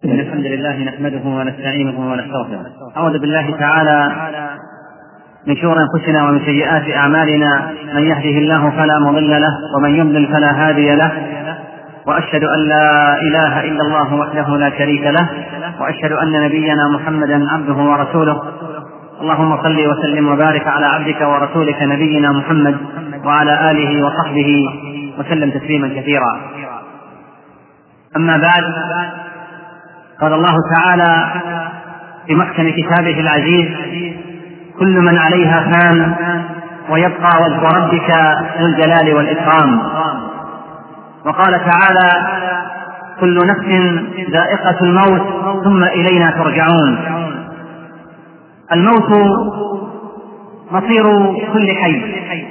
إن الحمد لله نحمده ونستعينه ونستغفره. أعوذ بالله تعالى من شرور أنفسنا ومن سيئات أعمالنا، من يهده الله فلا مضل له ومن يضلل فلا هادي له، وأشهد أن لا إله إلا الله وحده لا شريك له، وأشهد أن نبينا محمدا عبده ورسوله. اللهم صل وسلم وبارك على عبدك ورسولك نبينا محمد وعلى آله وصحبه وسلم تسليما كثيرا. أما بعد، قال الله تعالى في محكم كتابه العزيز: كل من عليها فان ويبقى وجه ربك ذو الجلال والإكرام. وقال تعالى: كل نفس ذائقة الموت ثم إلينا ترجعون. الموت مصير كل حي،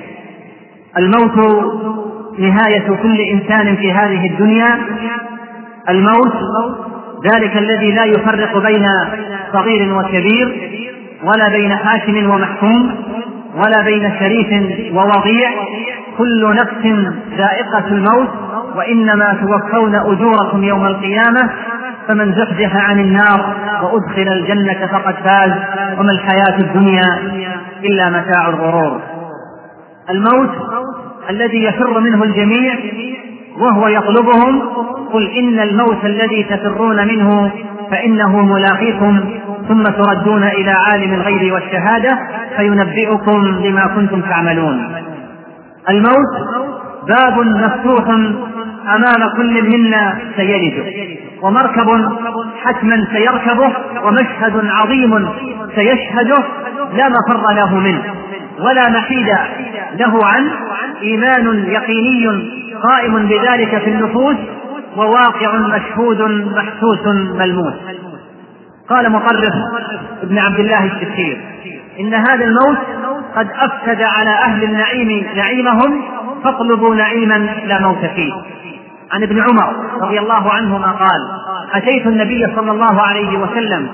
الموت نهاية كل إنسان في هذه الدنيا. الموت ذلك الذي لا يفرق بين صغير وكبير، ولا بين حاكم ومحكوم، ولا بين شريف ووضيع. كل نفس ذائقة الموت، وإنما توفون أجوركم يوم القيامة، فمن زحزح عن النار وأدخل الجنة فقد فاز، وما الحياة الدنيا إلا متاع الغرور. الموت الذي يفر منه الجميع وهو يطلبهم: قل إن الموت الذي تفرون منه فإنه ملاقيكم، ثم تردون إلى عالم الغيب والشهادة فينبئكم بما كنتم تعملون. الموت باب مفتوح أمام كل منا سيلده، ومركب حتما سيركبه، ومشهد عظيم سيشهده لا مفر له منه ولا محيد له عنه. إيمان يقيني قائم بذلك في النفوس، وواقع مشهود محسوس ملموس. قال مطرف ابن عبد الله الشخير: إن هذا الموت قد أفسد على أهل النعيم نعيمهم، فاطلبوا نعيما لا موت فيه. عن ابن عمر رضي الله عنهما قال: أتيت النبي صلى الله عليه وسلم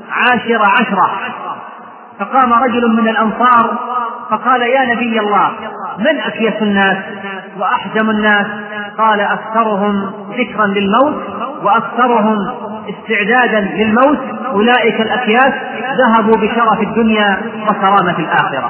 10 فقام رجل من الأنصار فقال: يا نبي الله، من أكيس الناس وأحزم الناس؟ قال: أكثرهم ذكرا للموت وأكثرهم استعدادا للموت، أولئك الأكياس ذهبوا بشرف الدنيا وكرامة الآخرة.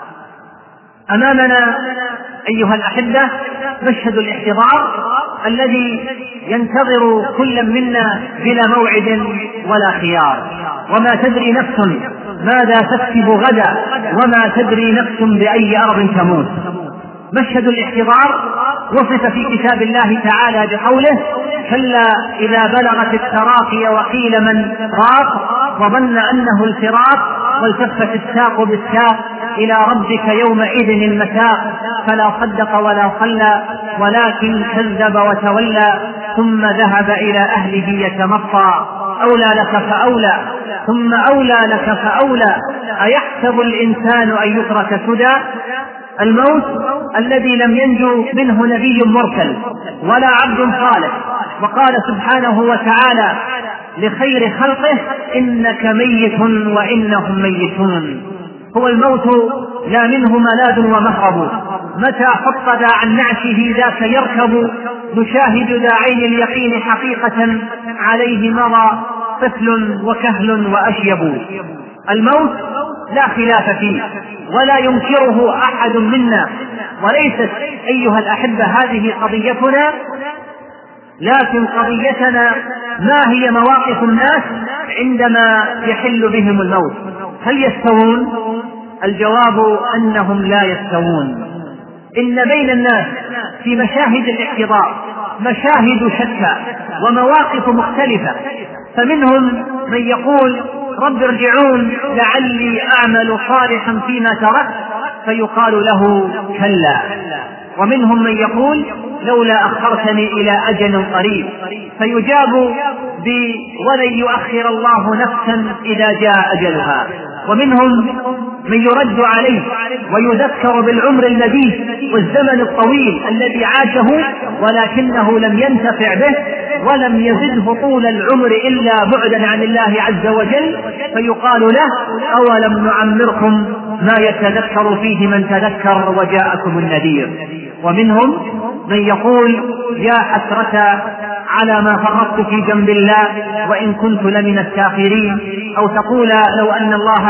أمامنا أيها الأحبة مشهد الاحتضار الذي ينتظر كل منا بلا موعد ولا خيار. وما تدري نفس ماذا تكسب غدا، وما تدري نفس بأي أرض تموت. مشهد الاحتضار وصف في كتاب الله تعالى بقوله: كلا إذا بلغت التراقي وقيل من راق وظن أنه الفراق والتفت الساق بالساق إلى ربك يومئذ المساق فلا صدق ولا صلى ولكن كذب وتولى ثم ذهب إلى أهله يتمطى أولى لك فأولى ثم أولى لك فأولى أيحسب الإنسان أن يترك سدى. الموت الذي لم ينجو منه نبي مرسل ولا عبد صالح، وقال سبحانه وتعالى لخير خلقه: إنك ميت وإنهم ميتون. هو الموت لا منه ملاذ ومهرب، متى حط عن نعشه ذاك يركب، نشاهد ذا عين اليقين حقيقة عليه مضى طفل وكهل وأشيب. الموت لا خلاف فيه ولا ينكره أحد منا، وليست أيها الأحبة هذه قضيتنا، لكن قضيتنا ما هي مواقف الناس عندما يحل بهم الموت. هل يستوون؟ الجواب أنهم لا يستوون. إن بين الناس في مشاهد الاحتضار مشاهد شتى ومواقف مختلفة، فمنهم من يقول: رب ارجعون لعلي أعمل صالحا فيما تركت، فيقال له: كلا. ومنهم من يقول: لولا أخرتني إلى أجل قريب، فيجاب ولن يؤخر الله نفسا إذا جاء أجلها. ومنهم من يرد عليه ويذكر بالعمر المديد والزمن الطويل الذي عاشه ولكنه لم ينتفع به ولم يزده طول العمر إلا بعدا عن الله عز وجل، فيقال له: أولم نعمركم ما يتذكر فيه من تذكر وجاءكم النذير. ومنهم من يقول: يا حسرة على ما فرطت في جنب الله وإن كنت لمن الساخرين، أو تقول لو أن الله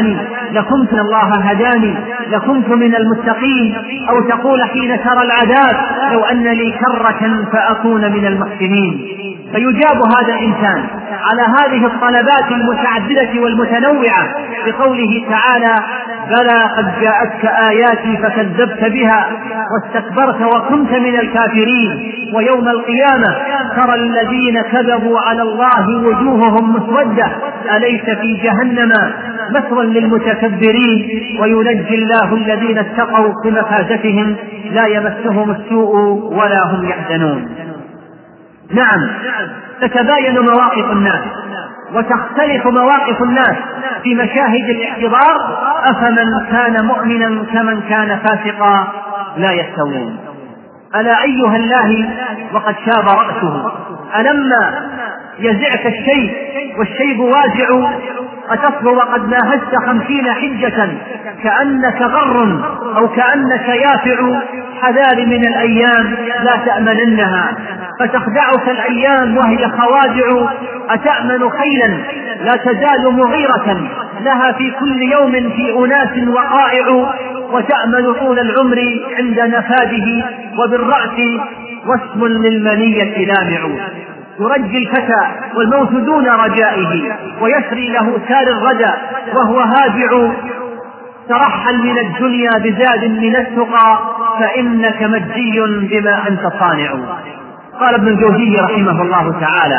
هداني لكنت من المتقين، أو تقول حين ترى العذاب لو أن لي كرة فأكون من المحسنين. فيجاب هذا الإنسان على هذه الطلبات المتعددة والمتنوعة بقوله تعالى: بلى قد جاءتك آياتي فكذبت بها واستكبرت وكنت من الكافرين، ويوم القيامة ترى الذين كذبوا على الله وجوههم مسودة أليس في جهنم مثوى للمتكبرين، وينجي الله الذين اتقوا بمفازتهم لا يمسهم السوء ولا هم يحزنون. نعم، تتباين مواقف الناس وتختلف مواقف الناس في مشاهد الاحتضار، أفمن كان مؤمنا كمن كان فاسقا لا يستوون. ألا أيها الله وقد شاب رأسه، ألما يزعك الشيب والشيب واجع أتصل وقد ناهزت 50 حجة كأنك غر أو كأنك يافع، حذار من الأيام لا تأمننها فتخدعك الأيام وهي خوادع، أتأمن خيلا لا تزال مغيرة لها في كل يوم في أناس وقائع، وتأمن طول العمر عند نفاده وبالرأس واسم للمنية لامع. يرجي الفتى والموت دون رجائه ويسري له سار الردى وهو هاجع، ترحل من الدنيا بزاد من التقى فإنك مجزي بما أنت صانع. قال ابن الجوزي رحمه الله تعالى: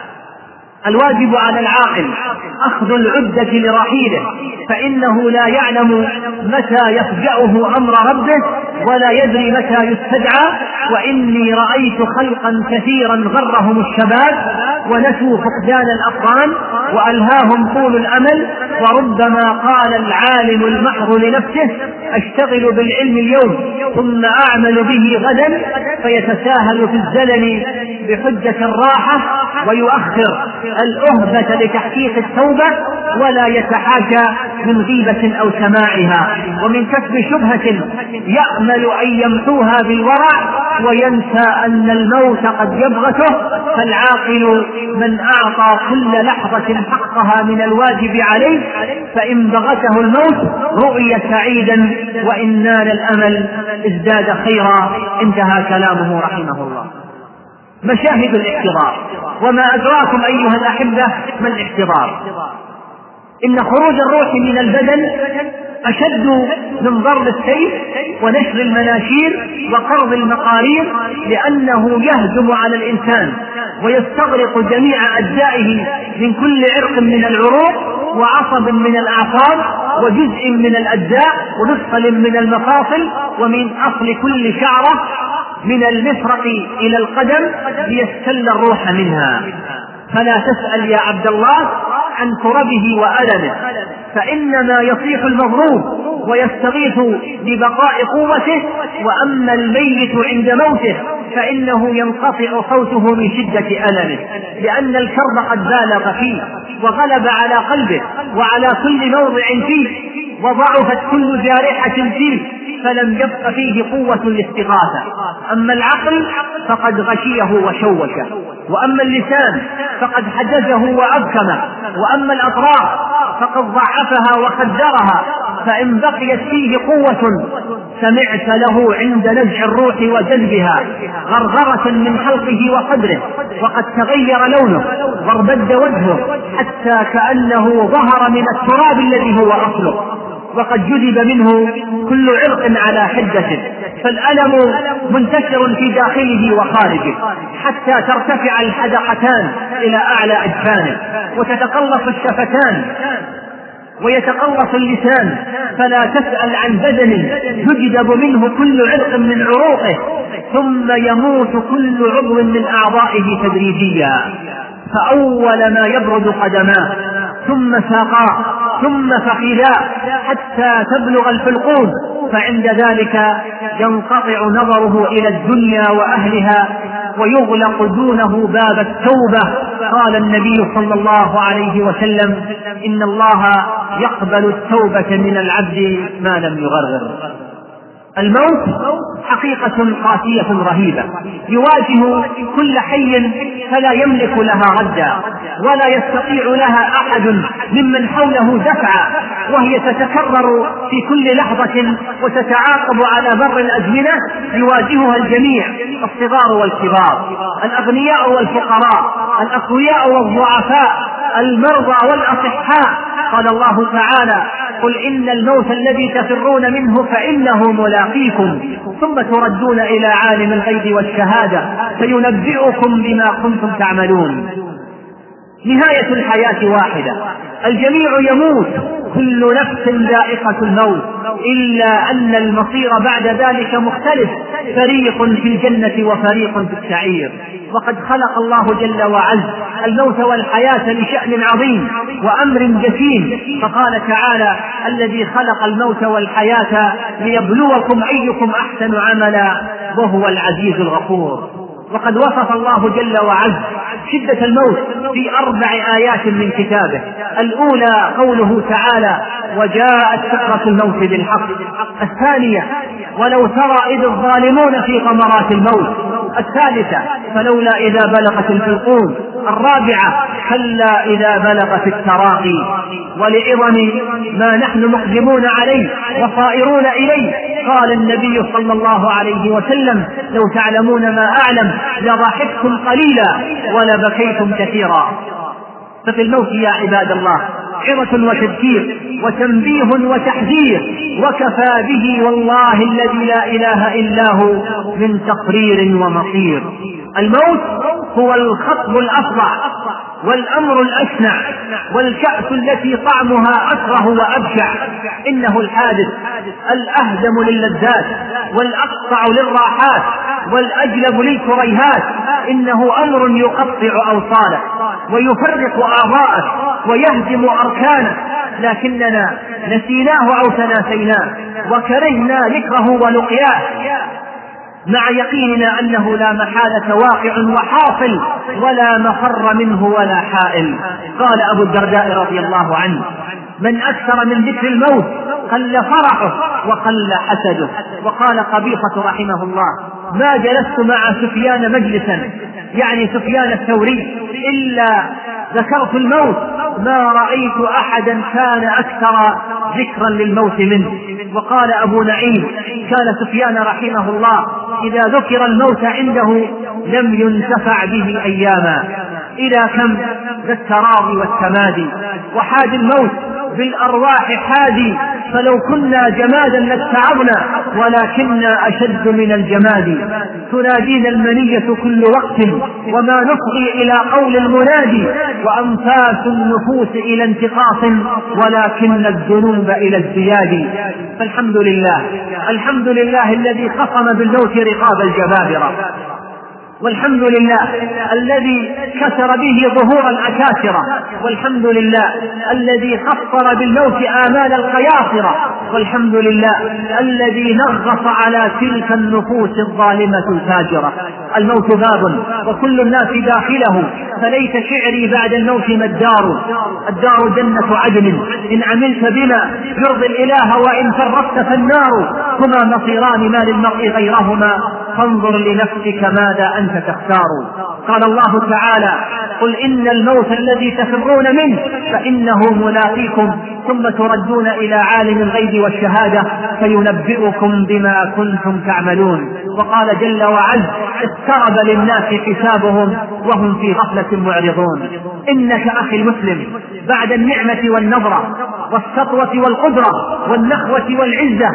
الواجب على العاقل أخذ العدة لرحيله، فإنه لا يعلم متى يفجأه أمر ربه ولا يدري متى يستدعى، وإني رأيت خلقا كثيرا غرهم الشباب ونسوا فقدان الأقران وألهاهم طول الأمل، وربما قال العالم المحر لنفسه: أشتغل بالعلم اليوم ثم أعمل به غدا، فيتساهل في الزلل بحجة الراحة ويؤخر الأهبة لتحقيق التوبة، ولا يتحاشى من غيبة أو سماعها ومن كسب شبهة يأمل أن يمحوها بالورع، وينسى أن الموت قد يبغته. فالعاقل من أعطى كل لحظة حقها من الواجب عليه، فإن بغته الموت رؤي سعيدا، وإن نال الأمل ازداد خيرا. انتهى كلامه رحمه الله. مشاهد الاحتضار. وما أدراكم أيها الأحبة ما الاحتضار؟ إن خروج الروح من البدن أشد من ضرب السيف ونشر المناشير وقرض المقارير، لأنه يهجم على الإنسان ويستغرق جميع أجزائه من كل عرق من العروق وعصب من الأعصاب وجزء من الأجزاء ومفصل من المفاصل ومن أصل كل شعرة من المفرق إلى القدم ليستل الروح منها. فلا تسأل يا عبد الله عن كربه وألمه، فإنما يصيح المضروب ويستغيث ببقاء قوته، وأما الميت عند موته فإنه ينقطع صوته من شدة ألمه، لأن الكرب قد بالغ فيه وغلب على قلبه وعلى كل موضع فيه، وضعفت كل جارحة فيه، فلم يبق فيه قوة الاستغاثة. أما العقل فقد غشيه وشوشه، وأما اللسان فقد حجزه وأبكمه، وأما الأطراف فقد ضعفها وخدرها. فإن بقيت فيه قوة سمعت له عند نزع الروح وجلبها غرغرة من حلقه وصدره، وقد تغير لونه واربد وجهه حتى كأنه ظهر من التراب الذي هو أصله، وقد جذب منه كل عرق على حدته، فالألم منتشر في داخله وخارجه حتى ترتفع الحدقتان إلى أعلى أجفانه وتتقلص الشفتان ويتقلص اللسان. فلا تسأل عن بدن يجذب منه كل عرق من عروقه ثم يموت كل عضو من أعضائه تدريجيا، فأول ما يبرد قدماه ثم ساقاه ثم فخذاه حتى تبلغ الحلقوم، فعند ذلك ينقطع نظره إلى الدنيا وأهلها ويغلق دونه باب التوبة. قال النبي صلى الله عليه وسلم: إن الله يقبل التوبة من العبد ما لم يغرغر. الموت حقيقة قاسية رهيبة يواجه كل حي فلا يملك لها ردا ولا يستطيع لها أحد ممن حوله دفعا، وهي تتكرر في كل لحظة وتتعاقب على مر الأزمنة. يواجهها الجميع، الصغار والكبار، الأغنياء والفقراء، الأقوياء والضعفاء، المرضى والأصحاء. قال الله تعالى: قل إن الموت الذي تفرون منه فإنه ملاقيكم ثم تردون إلى عالم الغيب والشهادة فينبئكم بما كنتم تعملون. نهاية الحياة واحدة، الجميع يموت، كل نفس ذائقة الموت، إلا أن المصير بعد ذلك مختلف، فريق في الجنة وفريق في السعير. وقد خلق الله جل وعز الموت والحياة لشأن عظيم وأمر جسيم، فقال تعالى: الذي خلق الموت والحياة ليبلوكم أيكم أحسن عملا وهو العزيز الغفور. وقد وصف الله جل وعز شدة الموت في 4 آيات من كتابه. الأولى قوله تعالى: وجاءت سكرة الموت بالحق. الثانية: ولو ترى إذ الظالمون في غمرات الموت. الثالثة: فلولا إذا بلغت الحلقوم. الرابعة: كلا إذا بلغت التراقي. ولعظم ما نحن مقدمون عليه وصائرون إليه قال النبي صلى الله عليه وسلم: لو تعلمون ما أعلم لضحكتم قليلا ولبكيتم كثيرا. ففي الموت يا عباد الله عظة وتذكير وتنبيه وتحذير، وكفى به والله الذي لا إله إلا هو من تقرير ومصير. الموت هو الخطب الأفظع والأمر الأشنع والكأس التي طعمها أكره وأبشع. إنه الحادث الأهدم للذات والأقطع للراحات والأجلب للكريهات. إنه أمر يقطع أوصاله ويفرق أعضاءه ويهدم أركانه، لكننا نسيناه أو تناسيناه وكرهنا ذكره ولقياه، مع يقيننا أنه لا محالة واقع وحاصل ولا مفر منه ولا حائل. قال أبو الدرداء رضي الله عنه: من أكثر من ذكر الموت قل فرحه وقل حسده. وقال قبيصة رحمه الله: ما جلست مع سفيان مجلسا، يعني سفيان الثوري، إلا ذكرت الموت، ما رأيت أحدا كان أكثر ذكرا للموت منه. وقال أبو نعيم: كان سفيان رحمه الله إذا ذكر الموت عنده لم ينتفع به أياما. إلى كم ذا التراضي والتمادي، وحاد الموت بالأرواح حادي، فلو كنا جمادا لاتعظنا ولكننا أشد من الجماد. تنادينا المنية كل وقت وما نصغي إلى قول المنادي، وأنفاس النفوس إلى انتقاص ولكن الذنوب إلى ازدياد. فالحمد لله، الحمد لله الذي قسم بالموت رقاب الجبابرة، والحمد لله الذي كسر به ظهور الأكاسرة، والحمد لله الذي قصر بالموت آمال القياصرة، والحمد لله الذي نغص على تلك النفوس الظالمة الفاجرة. الموت باب وكل الناس داخله، فليت شعري بعد الموت ما الدار. الدار جنة عدن إن عملت بما يرضي الإله، وإن فرطت فالنار. هما مصيران ما للمرء غيرهما، فانظر لنفسك ماذا أنت تختار. قال الله تعالى: قل إن الموت الذي تفرون منه فإنه ملاقيكم ثم تردون إلى عالم الغيب والشهادة فينبئكم بما كنتم تعملون. وقال جل وعز: اقترب للناس حسابهم وهم في غفلة معرضون. إنك أخي المسلم بعد النعمة والنظرة والسطوة والقدرة والنخوة والعزة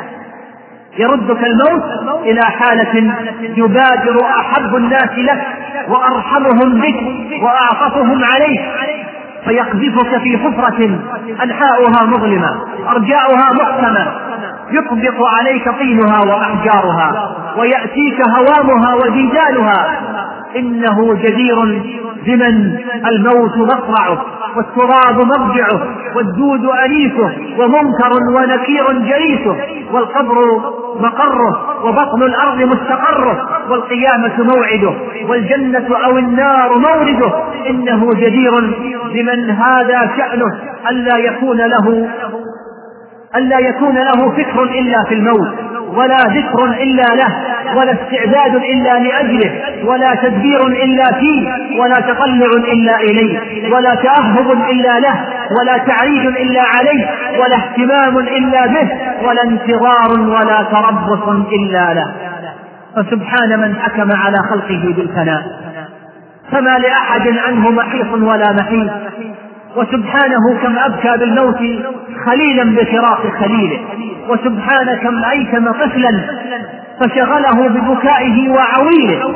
يردك الموت إلى حالة يبادر أحب الناس لك وأرحمهم بك وأعطفهم عليك، فيقذفك في حفرة أنحاؤها مظلمة أرجاؤها محكمة، يطبق عليك طينها وأحجارها ويأتيك هوامها وجدالها. إنه جدير بمن الموت مطرعه والتراب مرجعه والدود أنيسه ومنكر ونكير جليسه، والقبر مقره وبطن الأرض مستقره، والقيامة موعده والجنة أو النار مورده. إنه جدير بمن هذا شأنه ألا يكون له فكر إلا في الموت، ولا ذكر إلا له، ولا استعداد إلا لأجله، ولا تدبير إلا فيه، ولا تطلع إلا إليه، ولا تأهب إلا له، ولا تعريج إلا عليه، ولا اهتمام إلا به، ولا انتظار ولا تربص إلا له. فسبحان من حكم على خلقه بالفناء، فما لأحد عنه محيص ولا محيص. وسبحانه كم أبكى بالموت خليلا بفراق خليله، وسبحان كم أيتم طفلا فشغله ببكائه وعويله.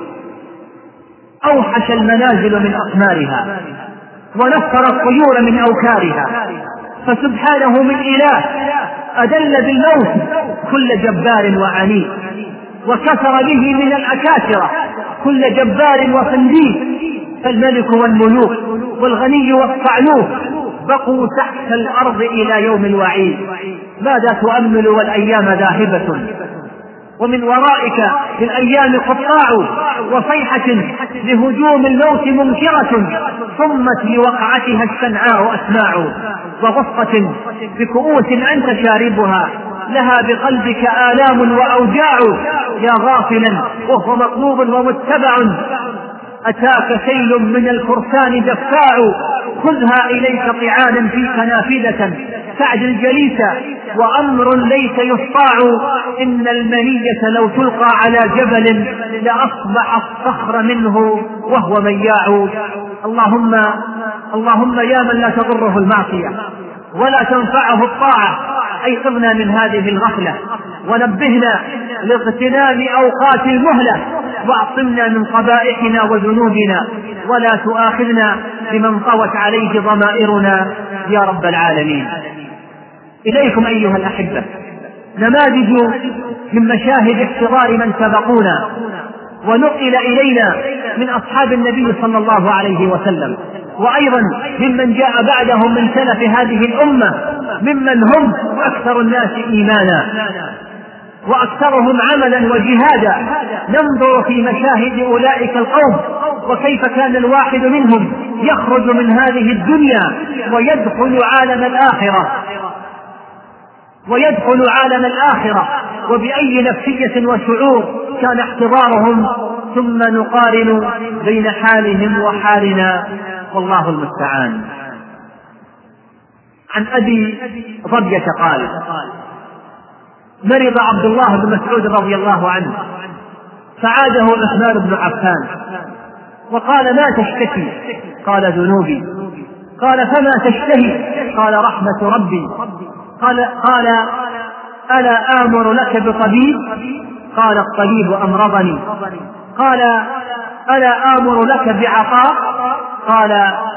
أوحش المنازل من أقمارها، ونفر الطيور من أوكارها. فسبحانه من إله أدل بالموت كل جبار وعنيد، وكثر به من الأكاثرة كل جبار وصنديد. فالملك والملوك والغني والصعلوك بقوا تحت الأرض إلى يوم الوعيد. ماذا تؤمل والأيام ذاهبة، ومن ورائك بالأيام قطاع، وصيحة لهجوم الموت منكرة صمت لوقعتها الشنعاء أسماع، وغصة بكؤوس أنت شاربها لها بقلبك آلام وأوجاع. يا غافلا وهو مطلوب ومتبع، أتاك سيل من الفرسان دفاع. خذها إليك طعانا فيك نافذة تعدل جليسا، وأمر ليس يستطاع. إن المنية لو تلقى على جبل لأصبح الصخر منه وهو مياع. اللهم يا من لا تضره المعصية ولا تنفعه الطاعة، أيقظنا من هذه الغفلة ونبهنا لاغتنام أوقات المهلة، واعصمنا من قبائحنا وذنوبنا، ولا تؤاخذنا بمن طوت عليه ضمائرنا يا رب العالمين. إليكم أيها الأحبة نماذج من مشاهد احتضار من سبقونا ونقل إلينا من أصحاب النبي صلى الله عليه وسلم، وأيضا ممن جاء بعدهم من سلف هذه الأمة، ممن هم أكثر الناس إيمانا وأكثرهم عملا وجهادا. ننظر في مشاهد أولئك القوم، وكيف كان الواحد منهم يخرج من هذه الدنيا ويدخل عالم الآخرة، وبأي نفسية وشعور كان احتضارهم. ثم نقارن بين حالهم وحالنا، والله المستعان. عن أبي ظبية قال: مرض عبد الله بن مسعود رضي الله عنه، فعاده عثمان بن عفان وقال: ما تشتكي؟ قال: ذنوبي. قال: فما تشتهي؟ قال: رحمة ربي. قال: ألا آمر لك بطبيب؟ قال: الطبيب أمرضني. قال: ألا آمر لك بعطاء؟ قال: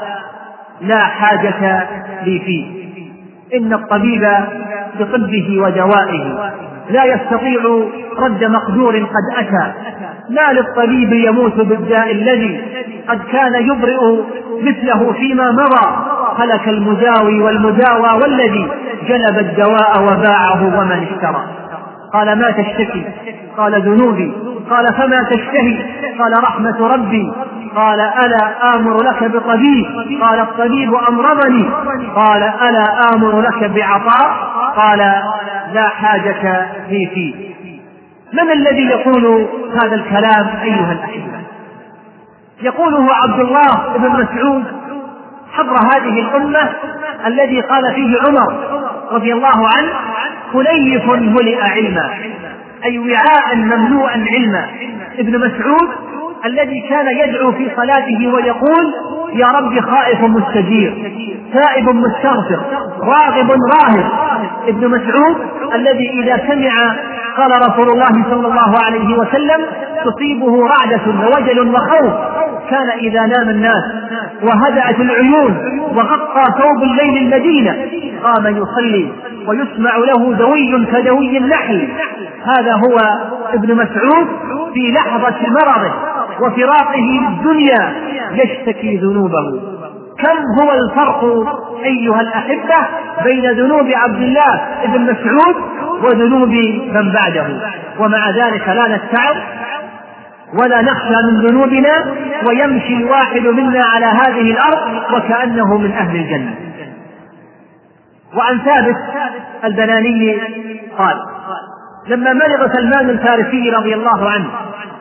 لا حاجة لي فيه. إن الطبيب بطبه ودوائه لا يستطيع رد مقدور قد أتى. ما للطبيب يموت بالداء الذي قد كان يبرئ مثله فيما مضى. هلك المداوي والمداوى والذي جلب الدواء وباعه ومن اشترى. قال: ما تشتكي؟ قال: ذنوبي. قال: فما تشتهي؟ قال: رحمة ربي. قال: ألا آمر لك بطبيب؟ قال: الطبيب أمرضني. قال: ألا آمر لك بعطاء؟ قال: لا حاجة لي فيه. من الذي يقول هذا الكلام أيها الأحبة؟ يقوله عبد الله بن مسعود حبر هذه الأمة، الذي قال فيه عمر رضي الله عنه: كليف ملئ علما، أي وعاء مملوءا علما. ابن مسعود الذي كان يدعو في صلاته ويقول: يا رب خائف مستجير، تائب مستغفر، راغب راهب. ابن مسعود الذي إذا سمع قال رسول الله صلى الله عليه وسلم تصيبه رعدة ووجل وخوف، كان إذا نام الناس وهدأت العيون وغطى ثوب الليل المدينة قام يصلي ويسمع له دوي كدوي النحل. هذا هو ابن مسعود في لحظة مرضه وفراقه للدنيا يشتكي ذنوبه. كم هو الفرق أيها الأحبة بين ذنوب عبد الله بن مسعود وذنوب من بعده، ومع ذلك لا نستعظ ولا نخشى من ذنوبنا، ويمشي الواحد منا على هذه الأرض وكأنه من أهل الجنة. وعن ثابت البناني قال: لما مرض سلمان الفارسي رضي الله عنه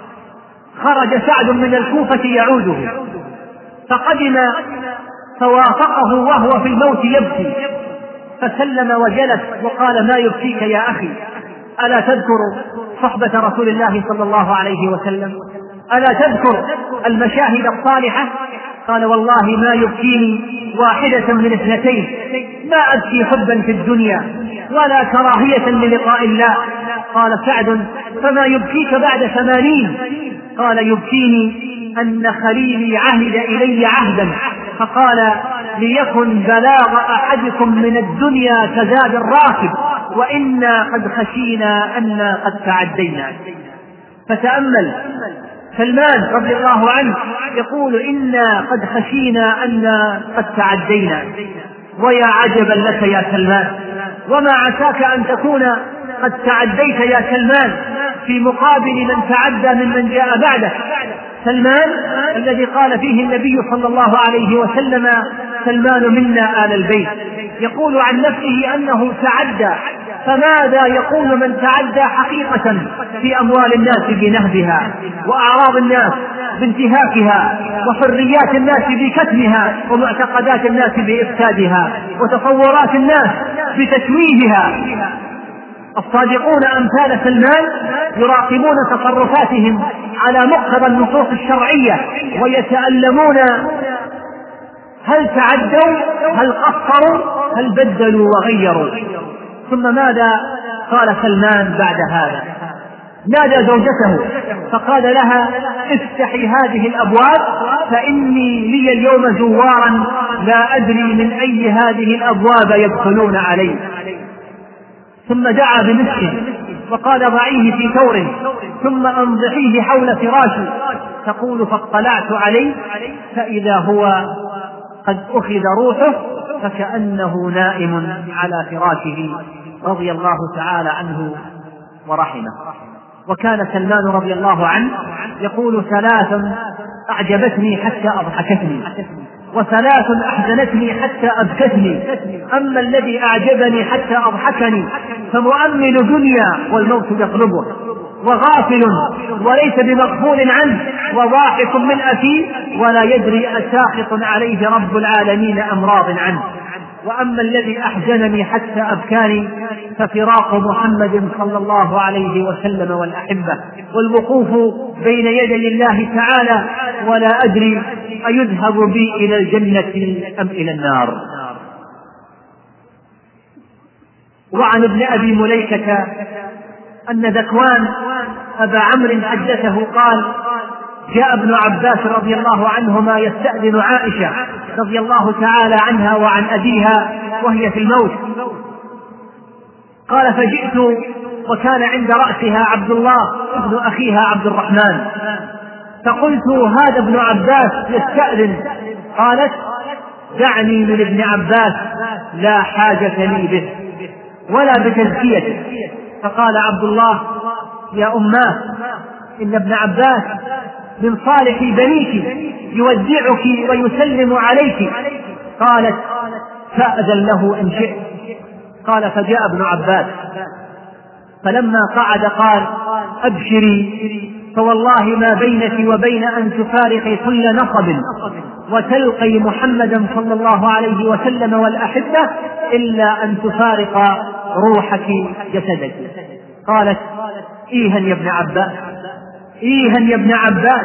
خرج سعد من الكوفة يعوده، فقدم فوافقه وهو في الموت يبكي، فسلم وجلس وقال: ما يبكيك يا أخي؟ ألا تذكر صحبة رسول الله صلى الله عليه وسلم؟ ألا تذكر المشاهد الصالحة؟ قال: والله ما يبكيني واحدة من اثنتين، ما أبكي حبا في الدنيا ولا كراهية للقاء الله. قال سعد: فما يبكيك بعد 80؟ قال: يبكيني أن خليلي عهد إلي عهدا فقال: ليكن بلاغ أحدكم من الدنيا كزاد الراكب، وإنا قد خشينا أن قد تعدينا. فتأمل سلمان رضي الله عنه يقول: إنا قد خشينا أن قد تعدينا. ويا عجبا لك يا سلمان، وما عساك أن تكون قد تعديت يا سلمان في مقابل من تعدى ممن جاء بعدك. سلمان الذي قال فيه النبي صلى الله عليه وسلم: سلمان منا آل البيت، يقول عن نفسه أنه تعدى، فماذا يقول من تعدى حقيقة في أموال الناس بنهبها، وأعراض الناس بانتهاكها، وحريات الناس بكتمها، ومعتقدات الناس بإفسادها، وتصورات الناس بتشويهها. الصادقون أمثال سلمان يراقبون تصرفاتهم على مقتضى النصوص الشرعية ويتألمون: هل تعدوا؟ هل قصروا؟ هل بدلوا وغيروا؟ ثم ماذا قال سلمان بعد هذا؟ نادى زوجته فقال لها: افتحي هذه الأبواب فإني لي اليوم زوارا لا أدري من أي هذه الأبواب يدخلون علي. ثم دعا بمسك وقال: ضعيه في ثور ثم انضحيه حول فراشي. تقول: فاطلعت عليه فإذا هو قد أخذ روحه فكأنه نائم على فراشه رضي الله تعالى عنه ورحمه. وكان سلمان رضي الله عنه يقول: 3 أعجبتني حتى أضحكتني، و3 أحزنتني حتى أبكتني، أما الذي أعجبني حتى أضحكني فمؤمل دنيا والموت يطلبه، وغافل وليس بمغفول عنه، وضاحك من أفيه ولا يدري أساخط عليه رب العالمين أم راض عنه. وأما الذي أحزنني حتى أبكاني ففراق محمد صلى الله عليه وسلم والأحبة، والوقوف بين يدي الله تعالى ولا أدري أيذهب بي إلى الجنة أم إلى النار. وعن ابن أبي مليكة أن ذكوان أبا عمرو حدثه قال: جاء ابن عباس رضي الله عنهما يستأذن عائشة رضي الله تعالى عنها وعن أبيها وهي في الموت. قال: فجئت وكان عند رأسها عبد الله ابن أخيها عبد الرحمن، فقلت: هذا ابن عباس يستأذن. قالت: دعني من ابن عباس لا حاجة لي به ولا بتزكيته. فقال عبد الله: يا أماه، إن ابن عباس من صالح بنيك يودعك ويسلم عليك. قالت: فأذن له إن شئت. قال: فجاء ابن عباس فلما قعد قال: أبشري، فوالله ما بينك وبين أن تفارقي كل نصب وتلقي محمدا صلى الله عليه وسلم والأحبة إلا أن تفارق روحك جسدك. قالت: إيها يا ابن عباس، إيها يا ابن عباس.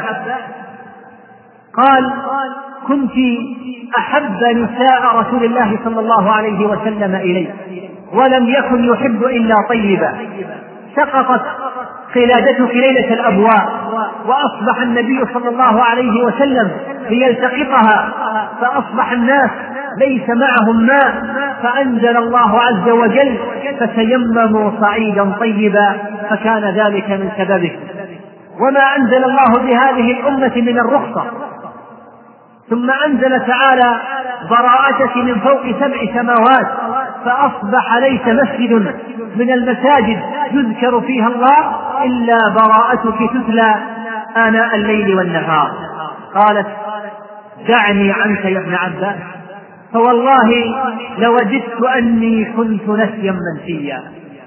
قال: كنت أحب نساء رسول الله صلى الله عليه وسلم إلي، ولم يكن يحب إلا طيبا. سقطت قلادتك ليلة الأبواء، وأصبح النبي صلى الله عليه وسلم ليلتقطها، فأصبح الناس ليس معهم ماء، فأنزل الله عز وجل: فتيمموا صعيدا طيبا، فكان ذلك من سببه. وما أنزل الله بهذه الأمة من الرخصة. ثم أنزل تعالى براءتك من فوق 7 سماوات، فأصبح ليس مسجد من المساجد يذكر فيها الله إلا براءتك تتلى آناء الليل والنهار. قالت: دعني عنك يا ابن عباس، فوالله لوجدت أني كنت نسيا منسيا.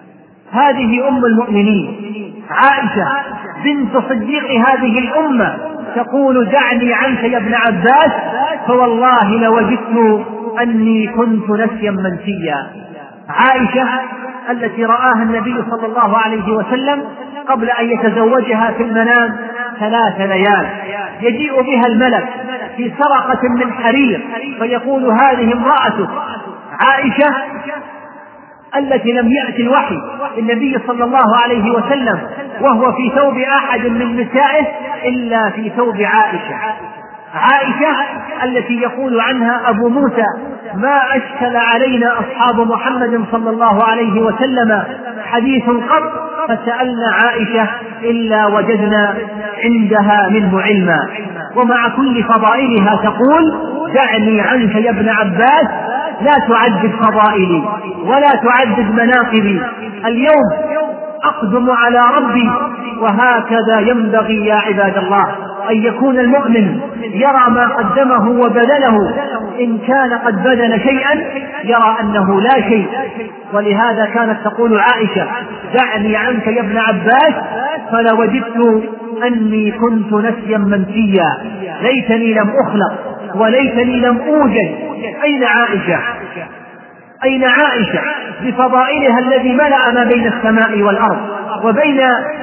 هذه أم المؤمنين عائشة بنت صديق هذه الأمة تقول: دعني عنك يا ابن عباس فوالله لوجدت أني كنت نسيا منسيا. عائشة التي رآها النبي صلى الله عليه وسلم قبل أن يتزوجها في المنام 3 ليال، يجيء بها الملك في سرقة من حرير فيقول: هذه امرأتك. عائشة التي لم يأتي الوحي النبي صلى الله عليه وسلم وهو في ثوب أحد من نسائه إلا في ثوب عائشة. عائشة التي يقول عنها أبو موسى: ما أشكل علينا أصحاب محمد صلى الله عليه وسلم حديث قط فسألنا عائشة إلا وجدنا عندها منه علما. ومع كل فضائلها تقول: دعني عنك يا ابن عباس، لا تعدد فضائلي ولا تعدد مناقبي، اليوم أقدم على ربي. وهكذا ينبغي يا عباد الله أن يكون المؤمن يرى ما قدمه وبذله، إن كان قد بذل شيئا يرى أنه لا شيء. ولهذا كانت تقول عائشة: دعني عنك يا ابن عباس فلوجدت أني كنت نسيا منسيا، ليتني لم أخلق وليتني لم أوجد. أين عائشة؟ أين عائشة بفضائلها الذي ملأ ما بين السماء والأرض، وبين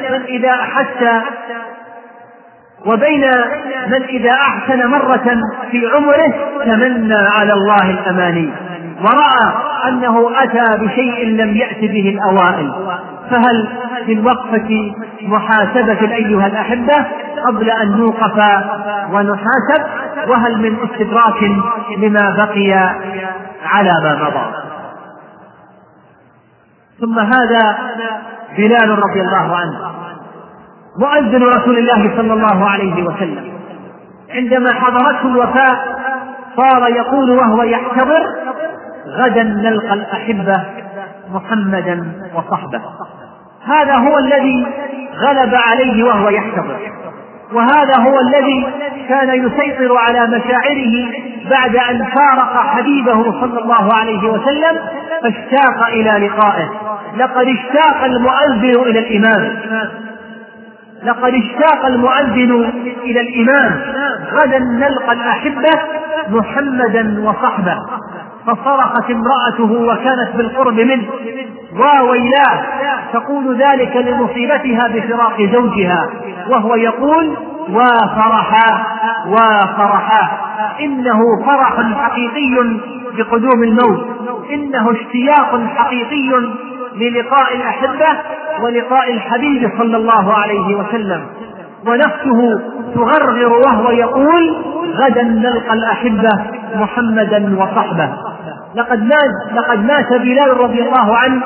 من إذا أحسن مرة في عمره تمنى على الله الأماني ورأى أنه أتى بشيء لم يأت به الأوائل. فهل من وقفة محاسبة أيها الأحبة قبل أن نوقف ونحاسب؟ وهل من استدراك لما بقي على ما مضى؟ ثم هذا بلال رضي الله عنه مؤذن رسول الله صلى الله عليه وسلم، عندما حضرته الوفاة صار يقول وهو يحتضر: غدا نلقى الأحبة محمدا وصحبه. هذا هو الذي غلب عليه وهو يحتضر، وهذا هو الذي كان يسيطر على مشاعره بعد أن فارق حبيبه صلى الله عليه وسلم فاشتاق إلى لقائه. لقد اشتاق المؤذن إلى الإمام، لقد اشتاق المؤذن إلى الإمام: غدا نلقى الأحبة محمدا وصحبه. فصرخت امرأته وكانت بالقرب منه: وويلاه، تقول ذلك لمصيبتها بفراق زوجها، وهو يقول: وفرحا وفرحا. إنه فرح حقيقي بقدوم الموت، إنه اشتياق حقيقي للقاء الأحبة ولقاء الحبيب صلى الله عليه وسلم. ونفسه تغرغر وهو يقول: غدا نلقى الأحبة محمدا وصحبه. لقد مات بلال رضي الله عنه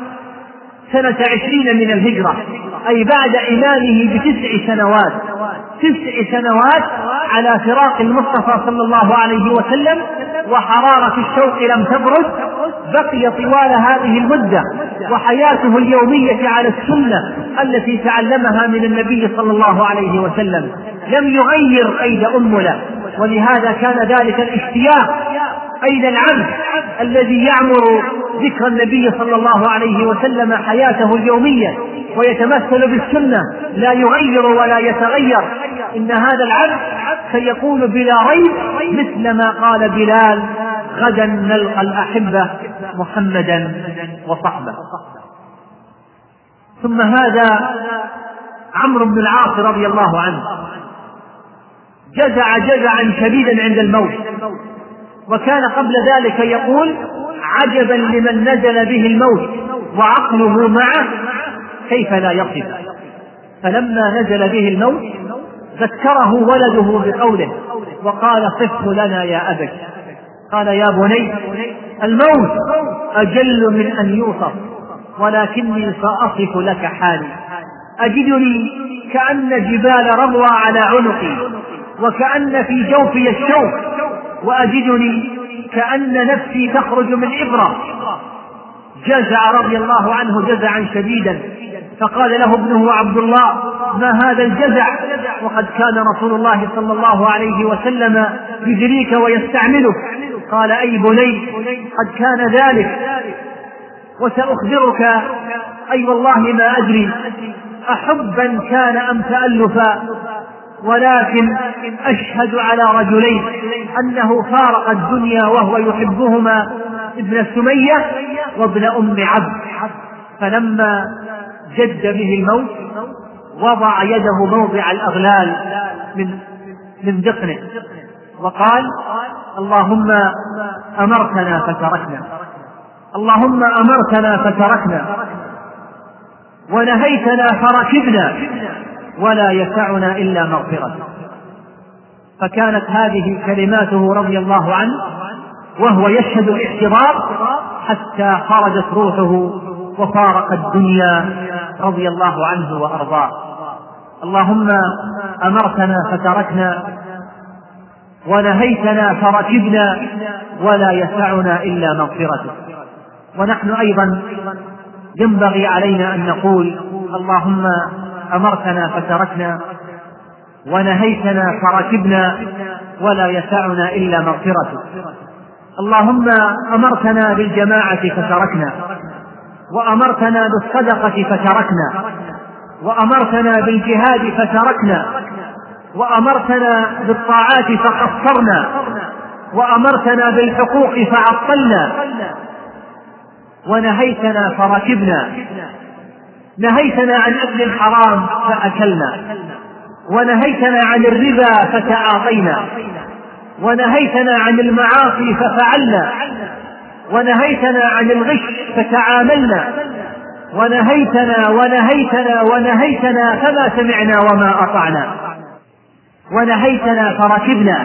سنة 20 من الهجرة، أي بعد إيمانه ب9 سنوات، 9 سنوات على فراق المصطفى صلى الله عليه وسلم، وحرارة الشوق لم تبرد. بقي طوال هذه المدة وحياته اليومية على السنة التي تعلمها من النبي صلى الله عليه وسلم، لم يغير قيد أنملة. ولهذا كان ذلك الاشتياق. أين العبد الذي يعمر ذكر النبي صلى الله عليه وسلم حياته اليومية ويتمثل بالسنة لا يغير ولا يتغير؟ إن هذا العبد سيقول بلا ريب مثل ما قال بلال: غدا نلقى الأحبة محمدا وصحبه. ثم هذا عمرو بن العاص رضي الله عنه جزع جزعا شديدا عند الموت، وكان قبل ذلك يقول: عجبا لمن نزل به الموت وعقله معه كيف لا يصف. فلما نزل به الموت ذكره ولده بقوله وقال: صفه لنا يا أبت. قال: يا بني، الموت أجل من أن يوصف، ولكني سأصف لك حالي. أجدني كأن جبال ربوى على عنقي، وكأن في جوفي الشوك، وأجدني كأن نفسي تخرج من إبرة. جزع رضي الله عنه جزعا شديدا، فقال له ابنه عبد الله: ما هذا الجزع؟ وقد كان رسول الله صلى الله عليه وسلم يجريك ويستعملك. قال: أي بني، قد كان ذلك، وسأخبرك أي والله ما أدري أحبا كان أم تألفا، ولكن أشهد على رجلين أنه فارق الدنيا وهو يحبهما، ابن سمية وابن أم عبد. فلما جد به الموت وضع يده موضع الأغلال من ذقنه وقال: اللهم أمرتنا فتركنا، اللهم أمرتنا فتركنا، ونهيتنا فركبنا، ولا يسعنا إلا مغفرة. فكانت هذه كلماته رضي الله عنه وهو يشهد الاحتضار حتى خرجت روحه وفارق الدنيا رضي الله عنه وأرضاه. اللهم أمرتنا فتركنا، ونهيتنا فركبنا، ولا يسعنا إلا مغفرتك. ونحن أيضا ينبغي علينا أن نقول: اللهم أمرتنا فتركنا، ونهيتنا فركبنا، ولا يسعنا إلا مغفرتك. اللهم أمرتنا بالجماعة فتركنا، وأمرتنا بالصدقة فتركنا، وأمرتنا بالجهاد فتركنا، وأمرتنا بالطاعات فقصرنا، وأمرتنا بالحقوق فعطلنا، ونهيتنا فركبنا. نهيتنا عن أكل الحرام فأكلنا، ونهيتنا عن الربا فتعاطينا، ونهيتنا عن المعاصي ففعلنا، ونهيتنا عن الغش فتعاملنا، ونهيتنا ونهيتنا ونهيتنا فما سمعنا وما أطعنا، ونهيتنا فركبنا.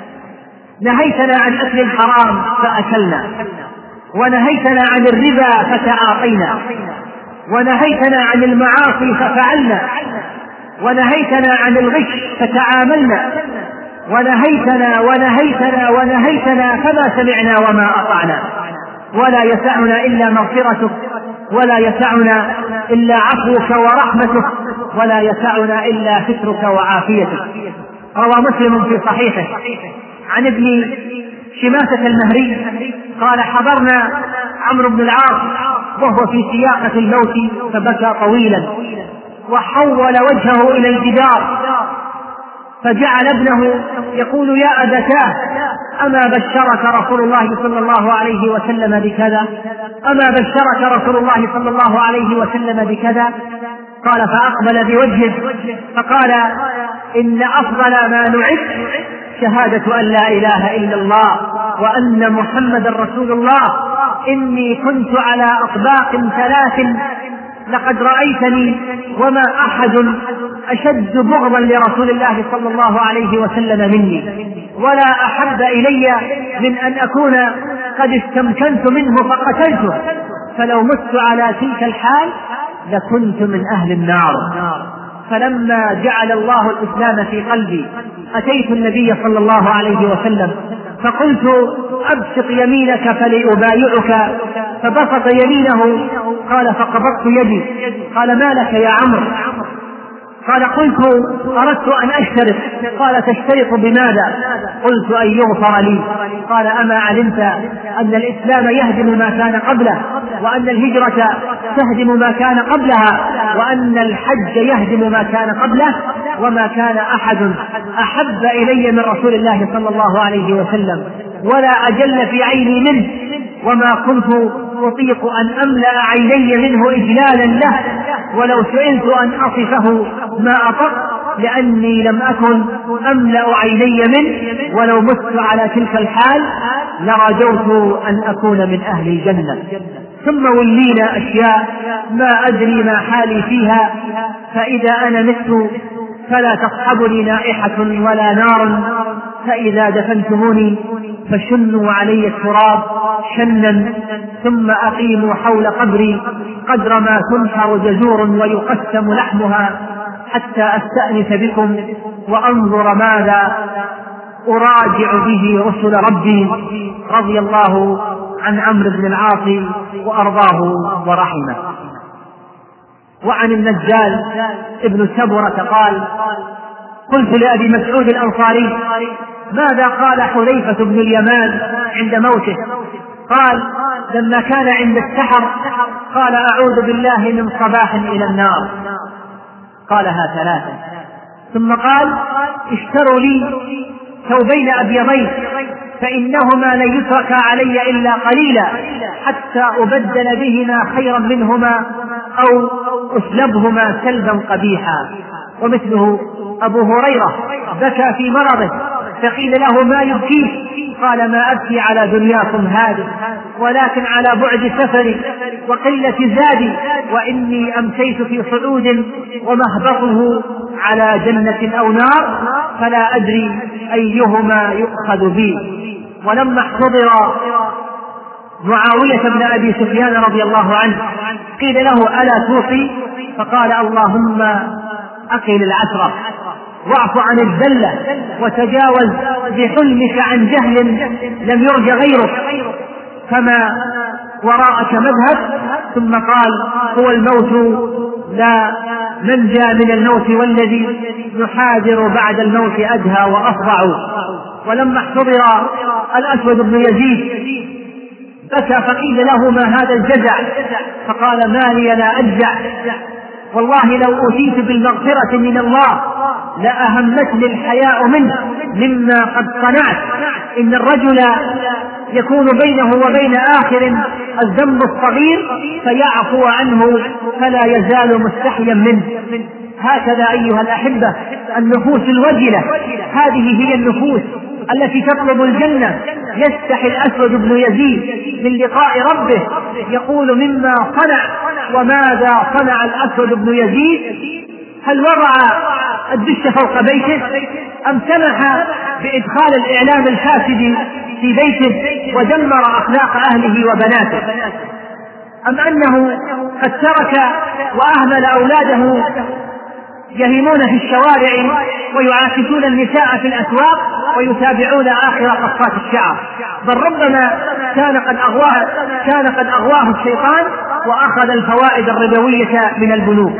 نهيتنا عن أكل الحرام فأكلنا، ونهيتنا عن الربا فتعاطينا، ونهيتنا عن المعاصي ففعلنا، ونهيتنا عن الغش فتعاملنا، ونهيتنا ونهيتنا ونهيتنا فما سمعنا وما أطعنا، ولا يسعنا إلا مغفرتك، ولا يسعنا إلا عفوك ورحمتك، ولا يسعنا إلا سترك وعافيتك. روى مسلم في صحيحه عن ابن شماسة المهري قال: حضرنا عمرو بن العاص وهو في سياقة الموت فبكى طويلا، وحول وجهه إلى الجدار، فجعل ابنه يقول: يا أبتاه، أما بشرك رسول الله صلى الله عليه وسلم بكذا؟ أما بشرك رسول الله صلى الله عليه وسلم بكذا؟ قال: فأقبل بوجهه فقال: إن أفضل ما نعد شهادة أن لا إله إلا الله وأن محمد رسول الله. إني كنت على أطباق ثلاث لقد رأيتني وما أحد أشد بغضا لرسول الله صلى الله عليه وسلم مني، ولا أحب إلي من أن أكون قد استمكنت منه فقتلته، فلو مت على تلك الحال لكنت من أهل النار. فلما جعل الله الإسلام في قلبي أتيت النبي صلى الله عليه وسلم فقلت: أبسط يمينك فلأبايعك، فبسط يمينه. قال: فقبضت يدي. قال: ما لك يا عمرو؟ قال: قلت: أردت أن أشترط. قال: تشترط بماذا؟ قلت: أن يغفر لي. قال: أما علمت أن الإسلام يهدم ما كان قبله، وأن الهجرة تهدم ما كان قبلها، وأن الحج يهدم ما كان قبله، وما كان أحد أحب إلي من رسول الله صلى الله عليه وسلم ولا أجل في عيني منه، وما كنت أطيق أن أملأ عيني منه إجلالا له، ولو سئلت أن أصفه ما أطق، لأني لم أكن أملأ عيني منه، ولو مت على تلك الحال لرجوت أن أكون من أهل الجنة. ثم ولينا أشياء ما أدري ما حالي فيها، فإذا أنا مت فلا تصحبني نائحة ولا نار، فإذا دفنتموني فشنوا علي التراب شنا، ثم أقيموا حول قبري قدر ما تنحر جزور ويقسم لحمها، حتى أستأنس بكم وأنظر ماذا أراجع به رسل ربي. رضي الله عن عمرو بن العاص وأرضاه ورحمه. وعن النجال ابن سبرة قال: قلت لأبي مسعود الأنصاري: ماذا قال حذيفة بن اليمان عند موته؟ قال لما كان عند السحر قال أعوذ بالله من صباح إلى النار، قالها 3. ثم قال اشتروا لي ثوبين أبيضين فإنهما لن يتركا علي إلا قليلا حتى أبدل بهما خيرا منهما أو أسلبهما سلبا قبيحا. ومثله أبو هريرة بكى في مرضه فقيل له ما يبكيك؟ قال ما أبكي على دنياكم هذه ولكن على بعد سفري وقلة زادي، وإني أمسيت في صعود ومهبطه على جنة أو نار فلا أدري أيهما يؤخذ بي. ولما احتضر معاوية بن أبي سفيان رضي الله عنه قيل له ألا توصي؟ فقال اللهم أقل العثرة واعف عن الذلة وتجاوز بحلمك عن جهل لم يرج غيرك فما وراءك مذهب. ثم قال هو الموت لا منجى من الموت والذي نحاذر بعد الموت أدهى وأفظع. ولما احتضر الأسود بن يزيد بكى فقيل له ما هذا الجزع؟ فقال ما لي لا أجزع، والله لو أوتيت بالمغفرة من الله لأهمتني الحياء منه مما قد صنعت. إن الرجل يكون بينه وبين آخر الذنب الصغير فيعفو عنه فلا يزال مستحيا منه. هكذا أيها الأحبة النفوس الوجلة، هذه هي النفوس التي تطلب الجنة. يستحي الأسود بن يزيد من لقاء ربه يقول مما صنع. وماذا صنع الأسود بن يزيد؟ هل وضع الدش فوق بيته أم سمح بإدخال الإعلام الفاسد في بيته ودمر أخلاق أهله وبناته؟ أم أنه قد ترك وأهمل أولاده يهيمون في الشوارع ويعاكسون النساء في الأسواق ويتابعون آخر قصات الشعر؟ بل ربما كان قد أغواه الشيطان وأخذ الفوائد الربوية من البنوك.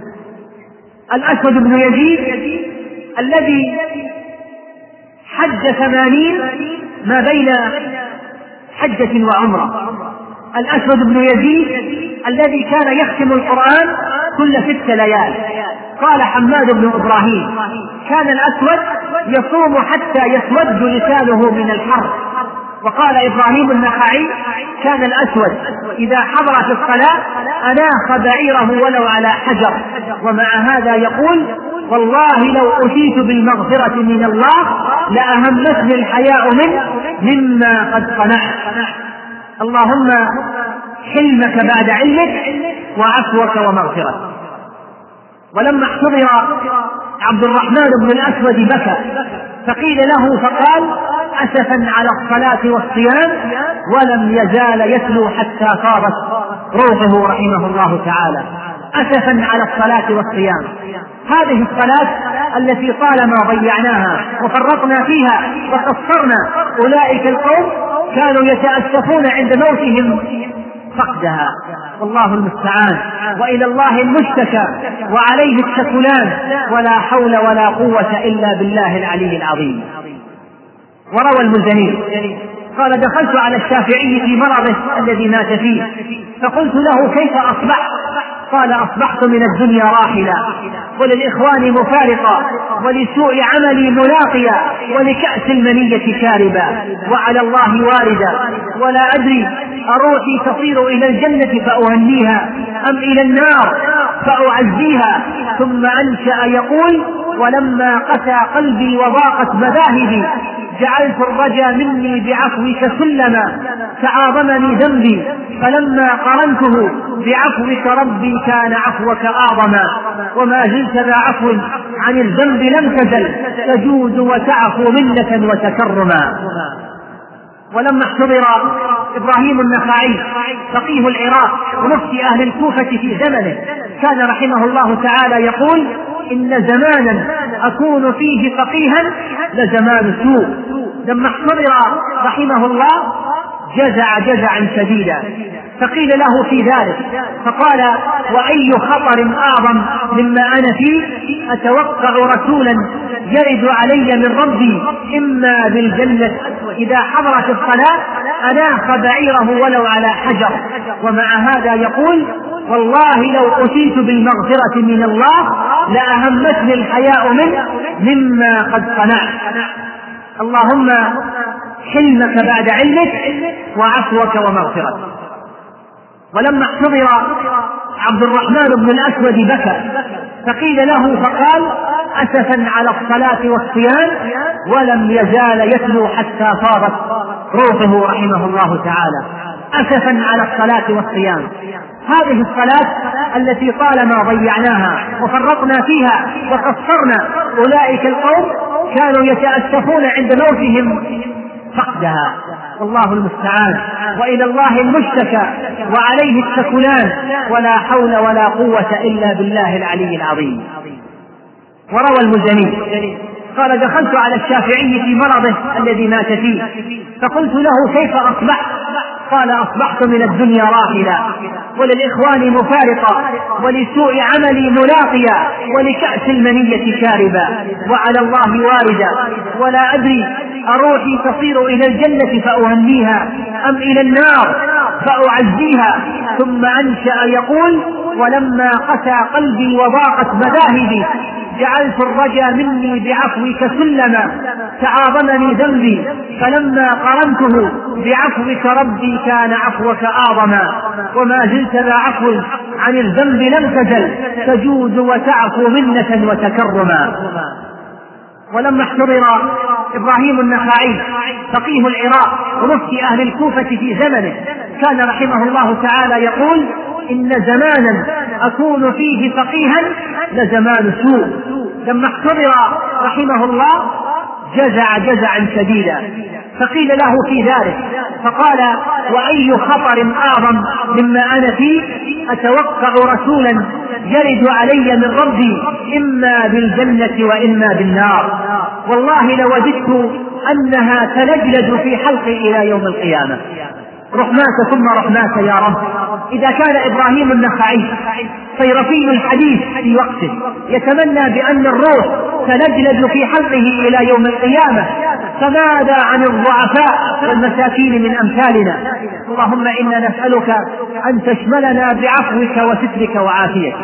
الأسود بن يزيد الذي حج 80 ما بين حجة وعمرة، الأسود بن يزيد الذي كان يختم القرآن كل 6 ليال. قال حماد بن إبراهيم كان الأسود يصوم حتى يسود لسانه من الحر. وقال إبراهيم النخعي كان الأسود إذا حضر في الصلاة أناخ بعيره ولو على حجر. ومع هذا يقول والله لو أتيت بالمغفرة من الله لأهمتني الحياء منه مما قد صنعت. اللهم حلمك بعد علمك وعفوك ومغفرتك. ولما احتضر عبد الرحمن بن الأسود بكى فقيل له فقال أسفا على الصلاة والصيام ولم يزال يتلو حتى طابت روحه رحمه الله تعالى. أسفا على الصلاة والصيام، هذه الصلاة التي طالما ضيعناها وفرطنا فيها وقصرنا. أولئك القوم كانوا يتأسفون عند موتهم فقدها، والله المستعان، وإلى الله المشتكى وعليه التكلان، ولا حول ولا قوة إلا بالله العلي العظيم. وروى المزني قال دخلت على الشافعي في مرضه الذي مات فيه فقلت له كيف أصبحت؟ قال أصبحت من الدنيا راحلا وللإخوان مفارقا ولسوء عملي ملاقيا ولكأس المنية شاربا وعلى الله واردا ولا أدري أروحي تصير إلى الجنة فأهنيها أم إلى النار فأعزيها. ثم أنشأ يقول ولما قسى قلبي وضاقت مذاهبي جعلت الرجا مني بعفوك سلما تعاظمني ذنبي فلما قرنته بعفوك ربي كان عفوك أعظما وما زلت ذا عفو عن الذنب لم تزل تجود وتعفو منة وتكرما. ولما احتضر إبراهيم النخعي فقيه العراق ومفتي أهل الكوفة في زمنه كان رحمه الله تعالى يقول إن زمانا أكون فيه فقيها لزمان سوء. لما احتضر رحمه الله جزع جزعا شديدا، فقيل له في ذلك فقال: وأي خطر أعظم مما أنا فيه؟ أتوقع رسولا يرد علي من ربي إما بالجنة إذا حضرت الصلاة أناخ بعيره ولو على حجر. ومع هذا يقول: والله لو أتيت بالمغفرة من الله لأهمتني الحياء منه مما قد صنعت. اللهم حلمك بعد علمك وعفوك ومغفرتك. ولما احتضر عبد الرحمن بن الأسود بكى، فقيل له فقال: أسفا على الصلاة والصيام، ولم يزال يتلو حتى فاضت روحه رحمه الله تعالى. أسفا على الصلاة والصيام، هذه الصلاة التي طالما ضيعناها وفرطنا فيها وقصرنا، أولئك القوم كانوا يتأسفون عند موتهم فقدها، والله المستعان، وإلى الله المشتكى وعليه التكلان، ولا حول ولا قوة إلا بالله العلي العظيم. وروى المزني قال: دخلت على الشافعي في مرضه الذي مات فيه، فقلت له: كيف أصبحت؟ قال: أصبحت من الدنيا راحلا، وللإخوان مفارقا، ولسوء عملي ملاقيا، ولكأس المنية شاربا، وعلى الله واردا، ولا أدري أروحي تصير إلى الجنة فأهنيها أم إلى النار فأعزيها. ثم أنشأ يقول: ولما قسى قلبي وضاقت مذاهبي جعلت الرجا مني بعفوك سلما، تعاظمني ذنبي فلما قرنته بعفوك ربي كان عفوك أعظما، وما زلت لا عفو عن الذنب لم تزل تجود وتعفو منة وتكرما. ولما احتضر إبراهيم النخعي فقيه العراق ومفتي أهل الكوفة في زمنه، كان رحمه الله تعالى يقول: إن زمانا أكون فيه فقيها لزمان سوء. لما احتضر رحمه الله جزع جزعا شديدا، فقيل له في ذلك فقال: وأي خطر أعظم مما أنا فيه؟ أتوقع رسولا يرد علي من ربي إما بالجنة وإما بالنار، والله لوددت أنها تلجلج في حلقي إلى يوم القيامة. رحماك ثم رحماك يا رب. إذا كان إبراهيم النخعي صيرفي الحديث في وقته يتمنى بأن الروح تلجلج في حلقه إلى يوم القيامة، فماذا عن الضعفاء والمساكين من أمثالنا؟ اللهم إنا نسألك أن تشملنا بعفوك وسترك وعافيتك.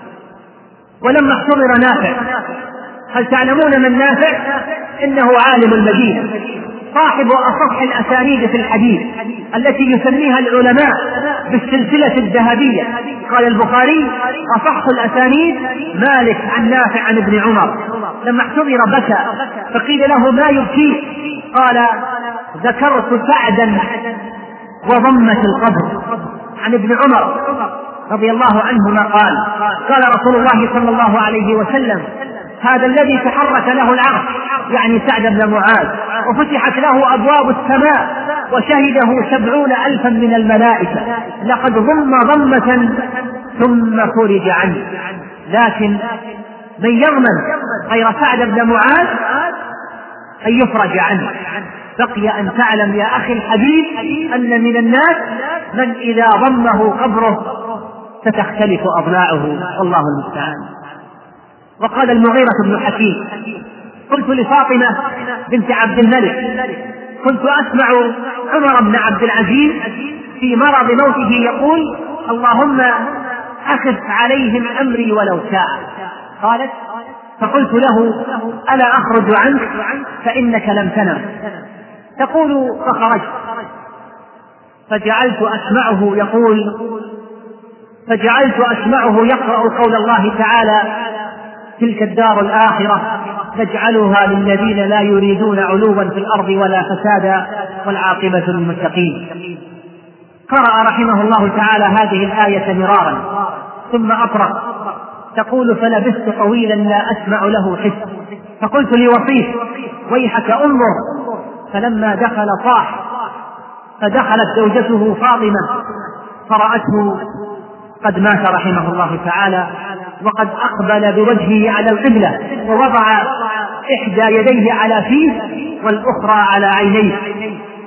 ولما احتضر نافع، هل تعلمون من نافع؟ إنه عالم المدينة، صاحب أصح الأسانيد في الحديث التي يسميها العلماء بالسلسلة الذهبية. قال البخاري: أصح الأسانيد مالك عن نافع عن ابن عمر. لما احتضر بكى، فقيل له: ما يبكيك؟ قال: ذكرت سعدا وضمة القبر. عن ابن عمر رضي الله عنهما قال رسول الله صلى الله عليه وسلم: هذا الذي تحرك له العرش، يعني سعد بن معاذ، وفتحت له أبواب السماء وشهده 70,000 من الملائكة، لقد ضم ضمة ثم فرج عنه. لكن من يضمن غير سعد بن معاذ أن يفرج عنه؟ بقي أن تعلم يا أخي الحبيب أن من الناس من إذا ضمه قبره ستختلف أضلاعه، والله المستعان. وقال المغيرة بن حكيم: قلت لفاطمة بنت عبد الملك: كنت أسمع عمر بن عبد العزيز في مرض موته يقول: اللهم أخف عليهم أمري ولو ساعة. قالت: فقلت له: ألا أخرج عنك فإنك لم تنم؟ تقول: فخرجت فجعلت أسمعه يقرأ قول الله تعالى: تلك الدار الآخرة نجعلها للذين لا يريدون علوا في الأرض ولا فسادا والعاقبة للمتقين. قرأ رحمه الله تعالى هذه الآية مرارا ثم أطرق. تقول: فلبثت طويلا لا أسمع له حس، فقلت لوصيه: ويحك انظر. فلما دخل صاح، فدخلت زوجته فاطمة فرأته قد مات رحمه الله تعالى، وقد أقبل بوجهه على القبلة ووضع إحدى يديه على فيه والأخرى على عينيه،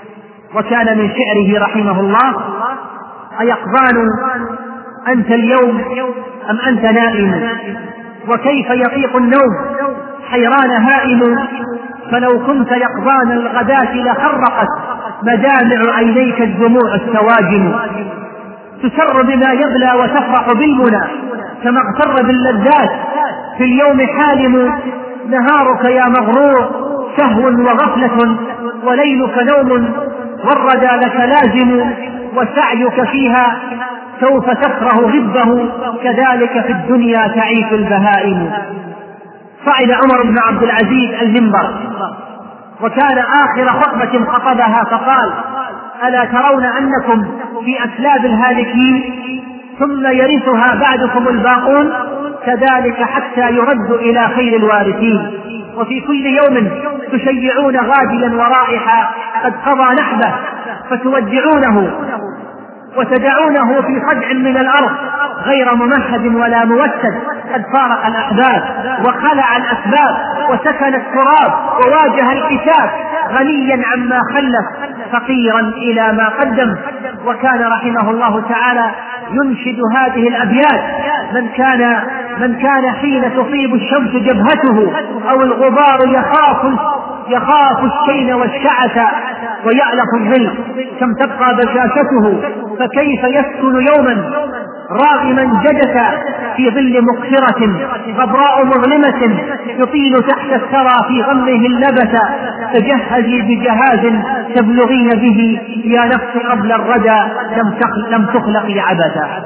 وكان من شعره رحمه الله: أيقظان أنت اليوم أم أنت نائم؟ وكيف يطيق النوم حيران هائم؟ فلو كنت يقظان الغداة لخرقت مدامع عينيك الدموع السواجم. تسر بما يبلى وتفرح بالمنى كما اغتر باللذات في اليوم حالم. نهارك يا مغرور سهو وغفلة وليلك نوم والردى لك لازم. وسعيك فيها سوف تكره غبه كذلك في الدنيا تعيش البهائم. صعد عمر بن عبد العزيز المنبر وكان آخر خطبة خطبها فقال: ألا ترون أنكم في أسلاب الهالكين ثم يرثها بعدكم الباقون؟ كذلك حتى يرد إلى خير الوارثين. وفي كل يوم تشيعون غاديا ورائحا قد قضى نحبه فتودعونه وتدعونه في خدع من الأرض غير ممهد ولا موسد. قد فارق الأحباب وخلع الأسباب وسكن التراب وواجه الحساب غنيا عما خلف فقيرا إلى ما قدم. وكان رحمه الله تعالى ينشد هذه الأبيات: من كان حين تصيب الشمس جبهته أو الغبار يخاف الشين والشعث ويألف الظل كم تبقى بشاشته فكيف يسكن يوما راغما جدثا في ظل مقفرة غبراء مظلمة يطيل تحت الثرى في غمه اللبث. تجهزي بجهاز تبلغين به يا نفس قبل الردى لم تخلق عبثا.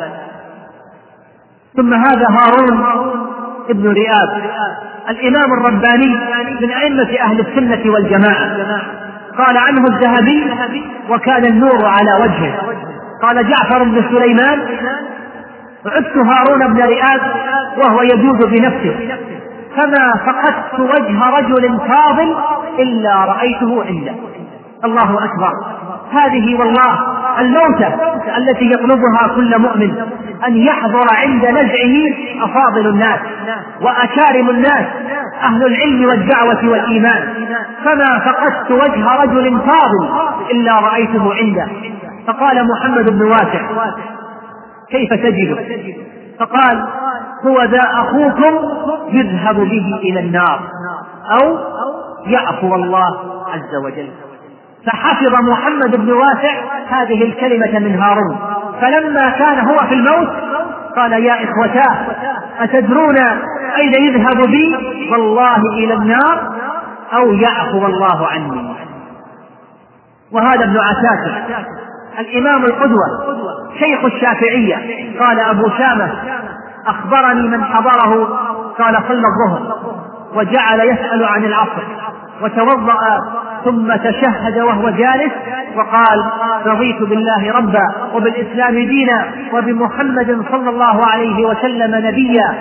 ثم هذا هارون ابن رئاب الإمام الرباني من أئمة أهل السنة والجماعة. قال عنه الذهبي: وكان النور على وجهه. قال جعفر بن سليمان: عدت هارون بن رئاب وهو يجود بنفسه فما فقدت وجه رجل فاضل إلا رأيته عنده. الله أكبر. هذه والله الموتى التي يطلبها كل مؤمن، أن يحضر عند نزعه أفاضل الناس وأكارم الناس أهل العلم والدعوة والإيمان. فما فقدت وجه رجل فاضل إلا رأيته عنده. فقال محمد بن واسع: كيف تجده؟ فقال: هو ذا أخوكم يذهب به إلى النار أو يعفو الله عز وجل. فحفظ محمد بن واسع هذه الكلمة من هارون، فلما كان هو في الموت قال: يا إخوتاه أتدرون أين يذهب بي؟ والله إلى النار أو يعفو الله عني. وهذا ابن عساكر الإمام القدوة شيخ الشافعية قال: أبو شامة أخبرني من حضره قال: صلى الظهر وجعل يسأل عن العصر وتوضأ ثم تشهد وهو جالس وقال: رضيت بالله ربا وبالإسلام دينا وبمحمد صلى الله عليه وسلم نبيا.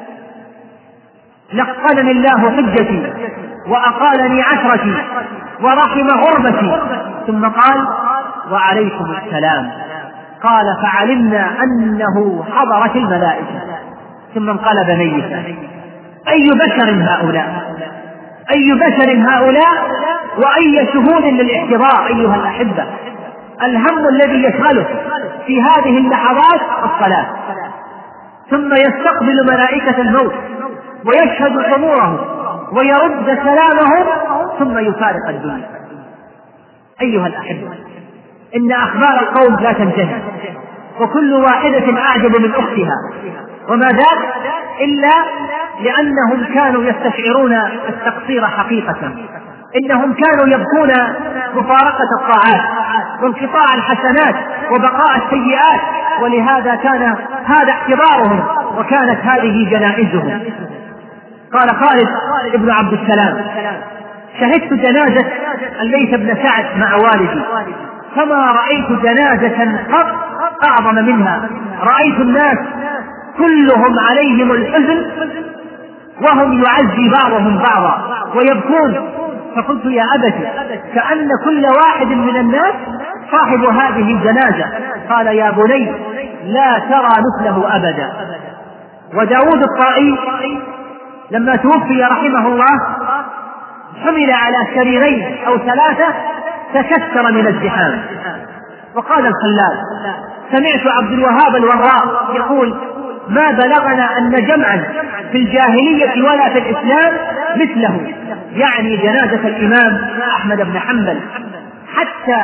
لقنني الله حجتي وأقالني عشرتي ورحم غربتي. ثم قال: وعليكم السلام. قال: فعلمنا أنه حضرت الملائكة. ثم انقلب ميتا. أي بشر هؤلاء؟ أي بشر هؤلاء وأي شهود للاحتضار أيها الأحبة. الهم الذي يشغله في هذه اللحظات الصلاة، ثم يستقبل ملائكة الموت ويشهد حضوره ويرد سلامهم ثم يفارق الدنيا. أيها الأحبة، إن أخبار القوم لا تنتهي وكل واحدة أعجب من أختها، وما ذاك إلا لأنهم كانوا يستشعرون التقصير حقيقة. إنهم كانوا يبكون مفارقة الطاعات وانقطاع الحسنات وبقاء السيئات، ولهذا كان هذا اعتبارهم وكانت هذه جنائزهم. قال خالد ابن عبد السلام: شهدت جنازة الليث بن سعد مع والدي فما رأيت جنازة قط أعظم منها. رأيت الناس كلهم عليهم الحزن وهم يعزي بعضهم بعضا ويبكون. فقلت: يا أبتي، كأن كل واحد من الناس صاحب هذه الجنازة. قال: يا بني، لا ترى مثله أبدا. وداود الطائي لما توفي رحمه الله حمل على سريرين أو ثلاثة تكثر من الزحام. وقال الخلال: سمعت عبد الوهاب الوراق يقول: ما بلغنا أن جمعا في الجاهلية ولا في الإسلام مثله، يعني جنازة الإمام أحمد بن حنبل، حتى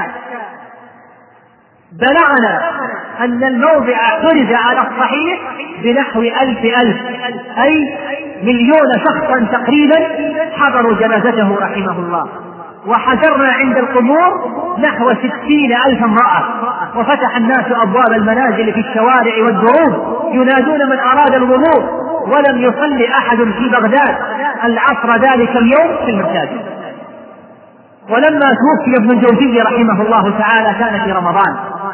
بلغنا أن الموضع حرز على الصحيح بنحو 1000 أي 1,000,000 شخصا تقريبا حضروا جنازته رحمه الله. وحجرنا عند القبور نحو 60,000 امرأة، وفتح الناس أبواب المنازل في الشوارع والدروب ينادون من أراد الوضوء، ولم يصلي أحد في بغداد العصر ذلك اليوم في المساجد. ولما توفي ابن الجوزي رحمه الله تعالى كان في رمضان،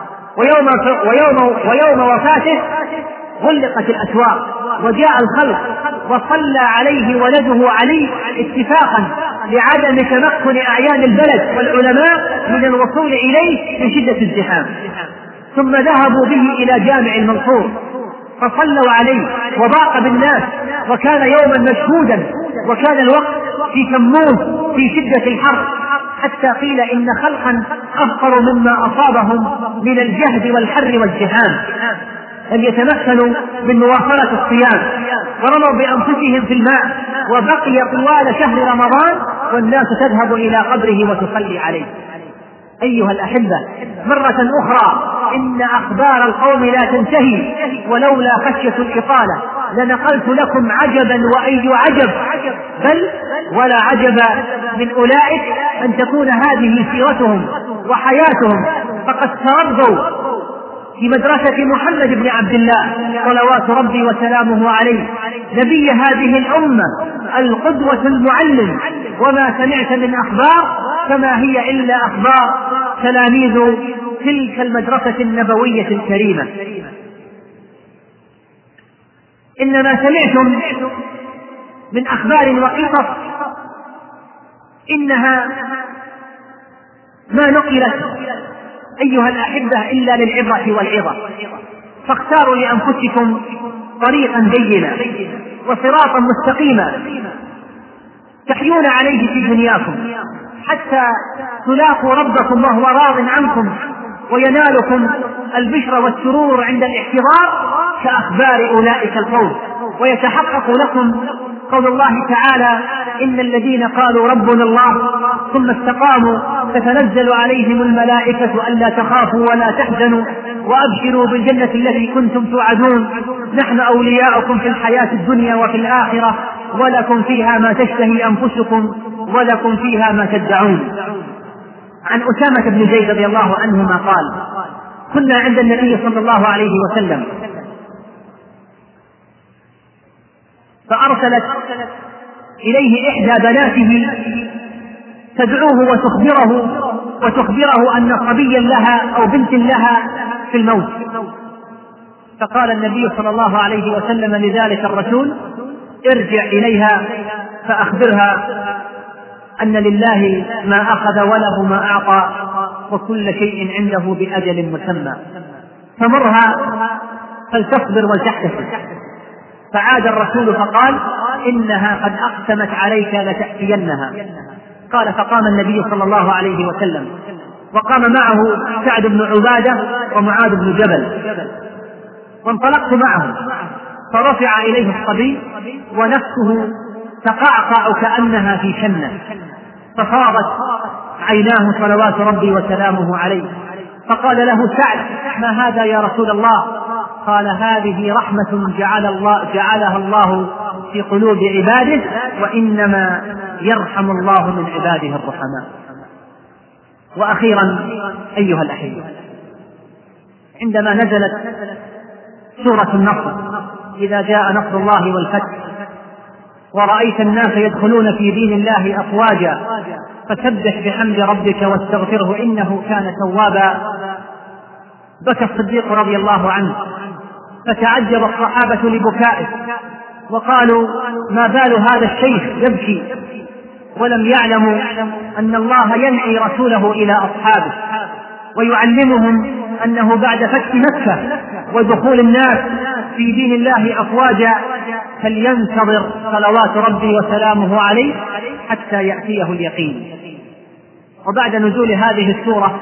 ويوم وفاته غلقت الأسواق وجاء الخلق وصلى عليه ولده علي اتفاقا لعدم تمكن أعيان البلد والعلماء من الوصول إليه من شدة الزحام. ثم ذهبوا به إلى جامع المنصور فصلوا عليه وضاق بالناس، وكان يوما مشهودا، وكان الوقت في تموز في شدة الحر، حتى قيل إن خلقا أفقر مما أصابهم من الجهد والحر والزحام أن يتمكنوا من مواصلة الصيام، ورموا بأنفسهم في الماء، وبقي طوال شهر رمضان والناس تذهب إلى قبره وتصلي عليه. أيها الأحبة، مرة أخرى إن أخبار القوم لا تنتهي، ولولا خشية الإطالة لنقلت لكم عجبا وأي عجب، بل ولا عجب من أولئك أن تكون هذه سيرتهم وحياتهم، فقد تربوا في مدرسة محمد بن عبد الله صلوات ربي وسلامه عليه، نبي هذه الأمة، القدوة المعلم. وما سمعت من أخبار فما هي إلا أخبار تلاميذ تلك المدرسة النبوية الكريمة. إنما سمعتم من أخبار وقصص إنها ما نقلت أيها الأحبة إلا للعبرة والعظة، فاختاروا لأنفسكم طريقا بينا وصراطا مستقيما تحيون عليه في دنياكم، حتى تلاقوا ربكم وهو راض عنكم، وينالكم البشر والسرور عند الاحتضار كأخبار أولئك القوم، ويتحقق لكم قول الله تعالى: إن الذين قالوا ربنا الله ثم استقاموا تتنزل عليهم الملائكة ألا تخافوا ولا تحزنوا وأبشروا بالجنة التي كنتم توعدون، نحن أولياؤكم في الحياة الدنيا وفي الآخرة، ولكم فيها ما تشتهي أنفسكم ولكم فيها ما تدعون. عن أسامة بن زيد رضي الله عنهما قال: كنا عند النبي صلى الله عليه وسلم فأرسلت إليه إحدى بناته تدعوه وتخبره أن صبيا لها أو بنت لها في الموت، فقال النبي صلى الله عليه وسلم لذلك الرسول: ارجع إليها فأخبرها أن لله ما أخذ وله ما أعطى وكل شيء عنده بأجل مسمى، فمرها فلتصبر ولتحتسب. فعاد الرسول فقال: إنها قد أقسمت عليك لتأتينها. قال: فقام النبي صلى الله عليه وسلم، وقام معه سعد بن عبادة ومعاذ بن جبل، وانطلقت معه، فرفع إليه الصبي ونفسه تقعقع كأنها في شنة، ففاضت عيناه صلوات ربي وسلامه عليه، فقال له سعد: ما هذا يا رسول الله؟ قال: هذه رحمة جعلها الله في قلوب عباده، وإنما يرحم الله من عباده الرحماء. وأخيرا أيها الأحبة، عندما نزلت سورة النصر: إذا جاء نصر الله والفتح ورأيت الناس يدخلون في دين الله أفواجا فسبح بحمد ربك واستغفره إنه كان توابا، بكى الصديق رضي الله عنه، فتعجب الصحابة لبكائه وقالوا: ما بال هذا الشيخ يبكي؟ ولم يعلموا أن الله ينعي رسوله إلى أصحابه ويعلمهم أنه بعد فتح مكة ودخول الناس في دين الله أفواجا فلينتظر صلوات ربي وسلامه عليه حتى يأتيه اليقين. وبعد نزول هذه السورة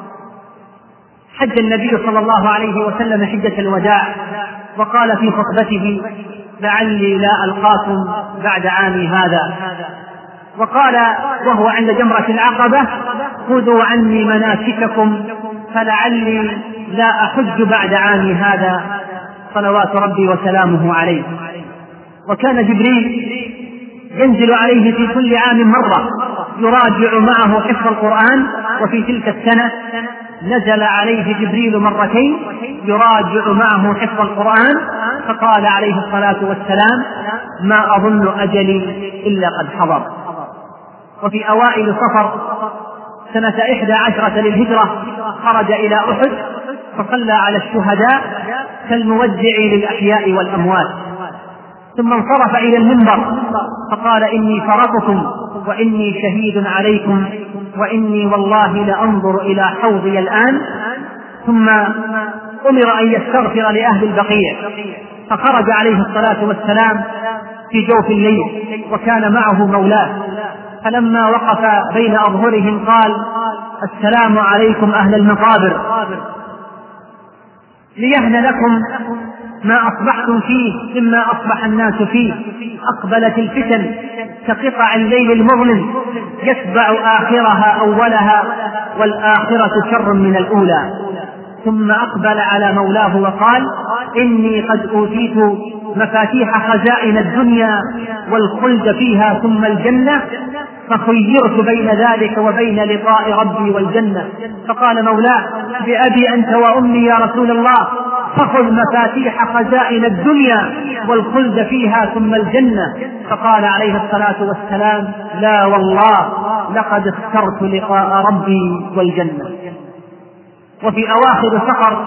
حج النبي صلى الله عليه وسلم حجة الوداع، وقال في خطبته: لعلي لا ألقاكم بعد عامي هذا. وقال وهو عند جمرة العقبة: خذوا عني مناسككم فلعلي لا أحج بعد عامي هذا، صلوات ربي وسلامه عليه. وكان جبريل ينزل عليه في كل عام مرة يراجع معه حفظ القرآن، وفي تلك السنة نزل عليه جبريل مرتين يراجع معه حفظ القرآن، فقال عليه الصلاة والسلام: ما أظن أجلي إلا قد حضر. وفي أوائل صفر سنة 11 للهجرة خرج إلى أحد فصلى على الشهداء كالمودع للأحياء والأموات، ثم انصرف إلى المنبر فقال: إني فرطكم وإني شهيد عليكم، وإني والله لأنظر إلى حوضي الآن. ثم أمر أن يستغفر لأهل البقيع، فخرج عليه الصلاة والسلام في جوف الليل وكان معه مولاه، فلما وقف بين أظهرهم قال: السلام عليكم أهل المقابر، ليهن لكم ما أصبحتم فيه مما أصبح الناس فيه. أقبلت الفتن كقطع الليل المظلم يتبع آخرها أولها، والآخرة شر من الأولى. ثم أقبل على مولاه وقال: إني قد أوتيت مفاتيح خزائن الدنيا والخلد فيها ثم الجنة، فخيرت بين ذلك وبين لقاء ربي والجنة. فقال مولاه: بأبي أنت وأمي يا رسول الله، فخذ مفاتيح خزائن الدنيا والخلد فيها ثم الجنة. فقال عليه الصلاة والسلام: لا والله، لقد اخترت لقاء ربي والجنة. وفي أواخر صفر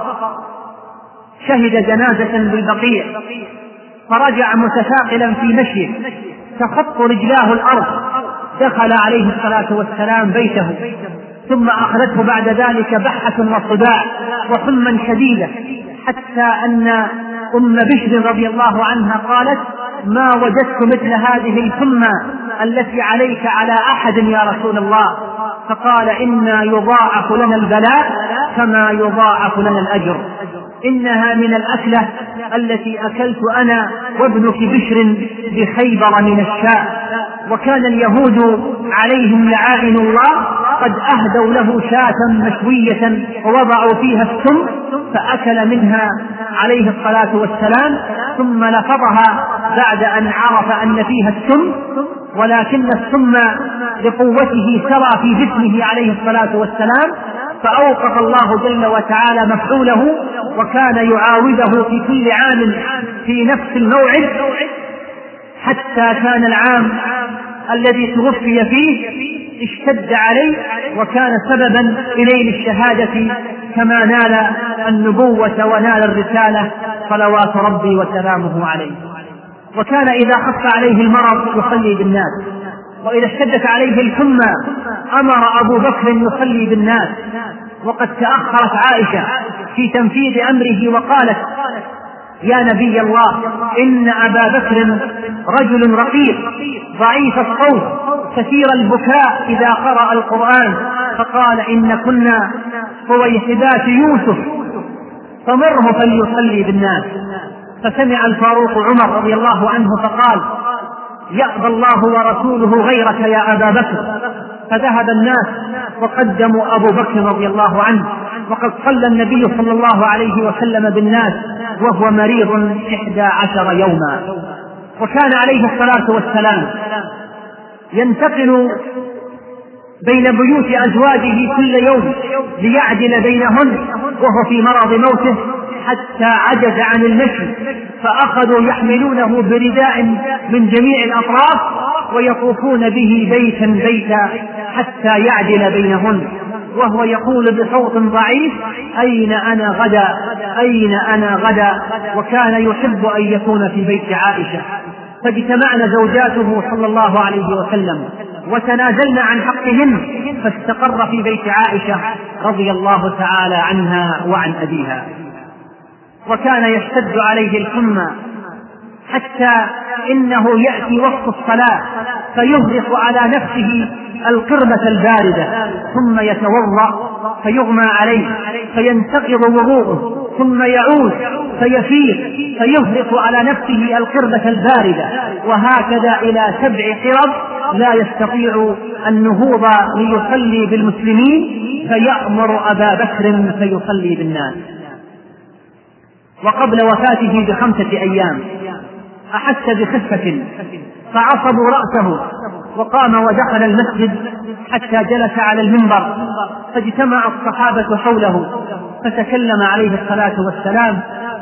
شهد جنازة بالبقيع، فرجع متثاقلا في مشيه تخط رجلاه الأرض، دخل عليه الصلاة والسلام بيته، ثم أخذته بعد ذلك بحة وصداع وحمى شديدة، حتى أن أم بشر رضي الله عنها قالت: ما وجدت مثل هذه الحمى التي عليك على أحد يا رسول الله. فقال: إنا يضاعف لنا البلاء كما يضاعف لنا الأجر، إنها من الأكلة التي أكلت أنا وابنك بشر بخيبر من الشاء، وكان اليهود عليهم لعائن الله قد أهدوا له شاة مشوية ووضعوا فيها السم، فأكل منها عليه الصلاة والسلام ثم لفظها بعد أن عرف أن فيها السم، ولكن السم لقوته سرى في جسمه عليه الصلاة والسلام، فأوقف الله جل وتعالى مفعوله، وكان يعاوده في كل عام في نفس الموعد، حتى كان العام الذي توفي فيه اشتد عليه وكان سببا إليه الشهادة، كما نال النبوة ونال الرسالة صلوات ربي وسلامه عليه. وكان إذا خف عليه المرض يصلي بالناس، وإذا اشتدت عليه الحمى أمر أبو بكر يصلي بالناس. وقد تأخرت عائشة في تنفيذ أمره وقالت: يا نبي الله، إن أبا بكر رجل رقيق ضعيف الصوت كثير البكاء إذا قرأ القرآن. فقال: إن كنا صويحبات يوسف، فمره فليصلي بالناس. فسمع الفاروق عمر رضي الله عنه فقال: يأبى الله ورسوله غيرك يا أبا بكر. فذهب الناس وقدموا أبو بكر رضي الله عنه، وقد صلى النبي صلى الله عليه وسلم بالناس وهو مريض 11 يوما. وكان عليه الصلاة والسلام ينتقل بين بيوت أزواجه كل يوم ليعدل بينهن وهو في مرض موته، حتى عجز عن المشي، فأخذوا يحملونه برداء من جميع الأطراف ويطوفون به بيتا بيتا حتى يعدل بينهن، وهو يقول بصوت ضعيف: أين أنا غدا، أين أنا غدا. وكان يحب أن يكون في بيت عائشة. فاجتمعن زوجاته صلى الله عليه وسلم وتنازلن عن حقهن، فاستقر في بيت عائشة رضي الله تعالى عنها وعن أبيها. وكان يشتد عليه الحمى حتى إنه يأتي وقت الصلاة فيهرق على نفسه القربة الباردة ثم يتوضأ فيغمى عليه فينتقض وضوءه ثم يعود فيفيق فيهرق على نفسه القربة الباردة، وهكذا إلى 7 قرب لا يستطيع النهوض ليصلي بالمسلمين، فيأمر أبا بكر فيصلي بالناس. وقبل وفاته ب5 أيام أحس بخفة فعصبوا رأسه وقام ودخل المسجد حتى جلس على المنبر، فاجتمع الصحابة حوله فتكلم عليه الصلاة والسلام.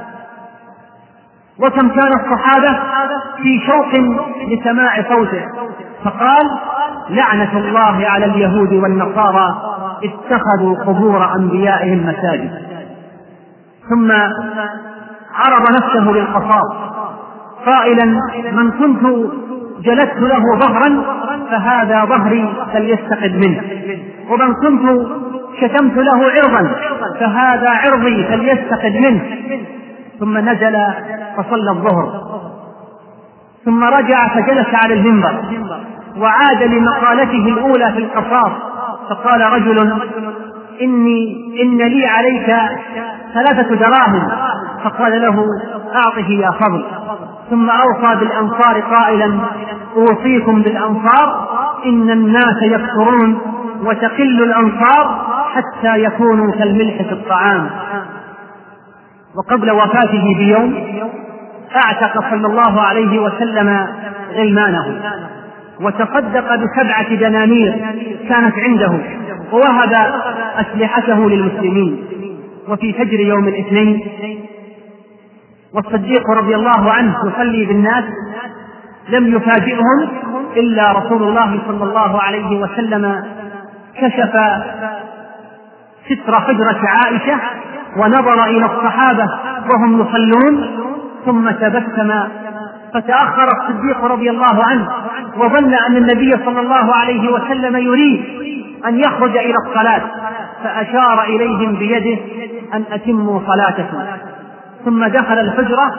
وكم كان الصحابة في شوق لسماع صوته، فقال: لعنة الله على اليهود والنصارى اتخذوا قبور أنبيائهم مساجد. ثم عرض نفسه للقصاص قائلا: من كنت جلدت له ظهرا فهذا ظهري فليستقد منه، ومن كنت شتمت له عرضا فهذا عرضي فليستقد منه. ثم نزل فصلى الظهر، ثم رجع فجلس على المنبر وعاد لمقالته الأولى في القصاص، فقال رجل: إن لي عليك 3 دراهم، فقال له: أعطه يا فضل. ثم أوصى بالأنصار قائلا: أوصيكم بالأنصار إن الناس يكثرون وتقل الأنصار حتى يكونوا كالملح في الطعام. وقبل وفاته بيوم أعتق صلى الله عليه وسلم غلمانه وتصدق ب7 دنانير كانت عنده، ووهب أسلحته للمسلمين. وفي فجر يوم الاثنين والصديق رضي الله عنه يصلي بالناس لم يفاجئهم إلا رسول الله صلى الله عليه وسلم كشف ستر حجرة عائشة ونظر إلى الصحابة وهم يصلون ثم تبسم، فتأخر الصديق رضي الله عنه وظن أن النبي صلى الله عليه وسلم يريد أن يخرج إلى الصلاة، فأشار إليهم بيده أن أتموا صلاتكم. ثم دخل الحجرة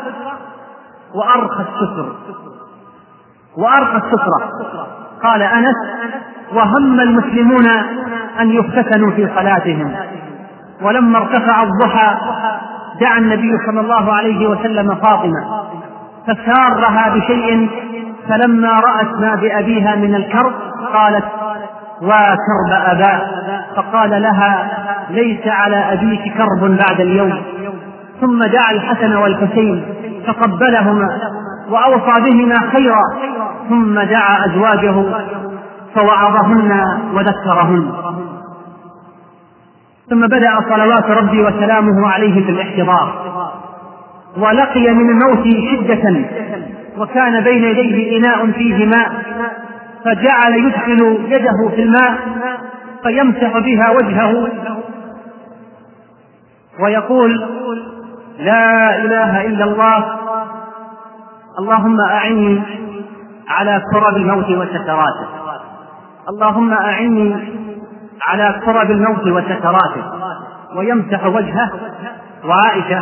وأرخى السترة. قال أنس: وهم المسلمون أن يفتتنوا في صلاتهم. ولما ارتفع الضحى دعا النبي صلى الله عليه وسلم فاطمة فسارها بشيء، فلما رأت ما بأبيها من الكرب قالت: وكرب أباه، فقال لها: ليس على أبيك كرب بعد اليوم. ثم دعا الحسن والحسين فقبلهما وأوصى بهما خيرا، ثم دعا أزواجه فوعظهن وذكرهن. ثم بدأ صلوات ربي وسلامه عليه في الاحتضار، ولقي من الموت شدة، وكان بين يديه إناء فيه ماء، فجعل يدخل يده في الماء فيمسح بها وجهه ويقول: لا إله إلا الله، اللهم أعني على كرب الموت وسكراته، اللهم أعني على كرب الموت وسكراته، ويمسح وجهه. وعائشة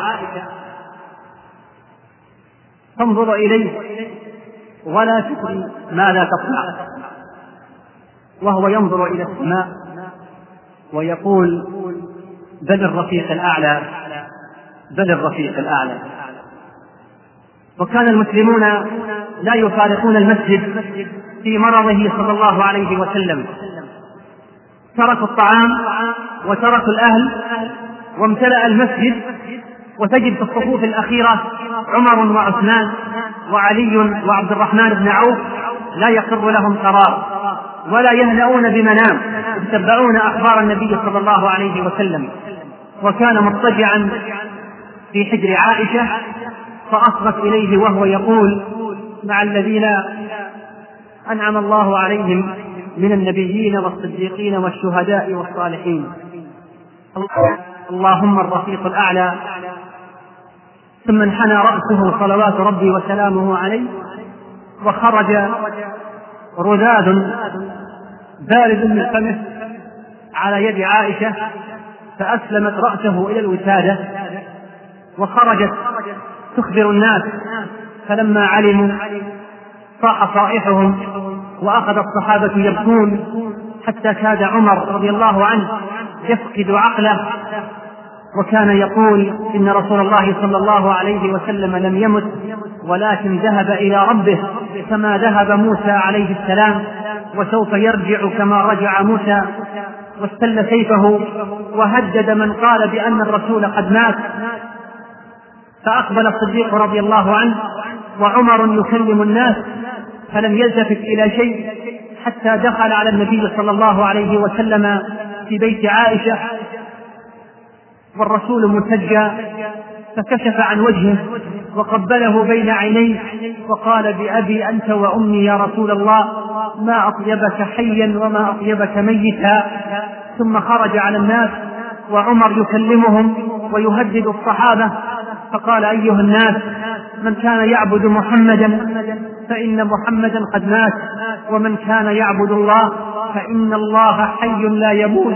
تنظر إليه ولا تدري ماذا تصنع، وهو ينظر إلى السماء ويقول: بل الرفيق الأعلى، بل الرفيق الأعلى. وكان المسلمون لا يفارقون المسجد في مرضه صلى الله عليه وسلم، تركوا الطعام وتركوا الأهل وامتلأ المسجد، وتجد في الصفوف الأخيرة عمر وعثمان وعلي وعبد الرحمن بن عوف لا يقر لهم قرار ولا يهنؤون بمنام، يتبعون أخبار النبي صلى الله عليه وسلم. وكان مضطجعا في حجر عائشة فأصغت إليه وهو يقول: مع الذين أنعم الله عليهم من النبيين والصديقين والشهداء والصالحين، اللهم الرفيق الأعلى. ثم انحنى رأسه صلوات ربي وسلامه عليه، وخرج رذاذ بارد من فمه على يد عائشة، فأسلمت رأسه إلى الوسادة وخرجت تخبر الناس، فلما علموا صاح صائحهم وأخذ الصحابة يبكون حتى كاد عمر رضي الله عنه يفقد عقله، وكان يقول إن رسول الله صلى الله عليه وسلم لم يمت ولكن ذهب إلى ربه كما ذهب موسى عليه السلام، وسوف يرجع كما رجع موسى. واستل سيفه وهدد من قال بأن الرسول قد مات. فأقبل الصديق رضي الله عنه وعمر يكلم الناس فلم يلتفت إلى شيء حتى دخل على النبي صلى الله عليه وسلم في بيت عائشة والرسول متجى، فكشف عن وجهه وقبله بين عينيه وقال: بأبي أنت وأمي يا رسول الله، ما أطيبك حيا وما أطيبك ميتا. ثم خرج على الناس وعمر يكلمهم ويهدد الصحابة، فقال: أيها الناس، من كان يعبد محمدا فإن محمدا قد مات، ومن كان يعبد الله فإن الله حي لا يموت.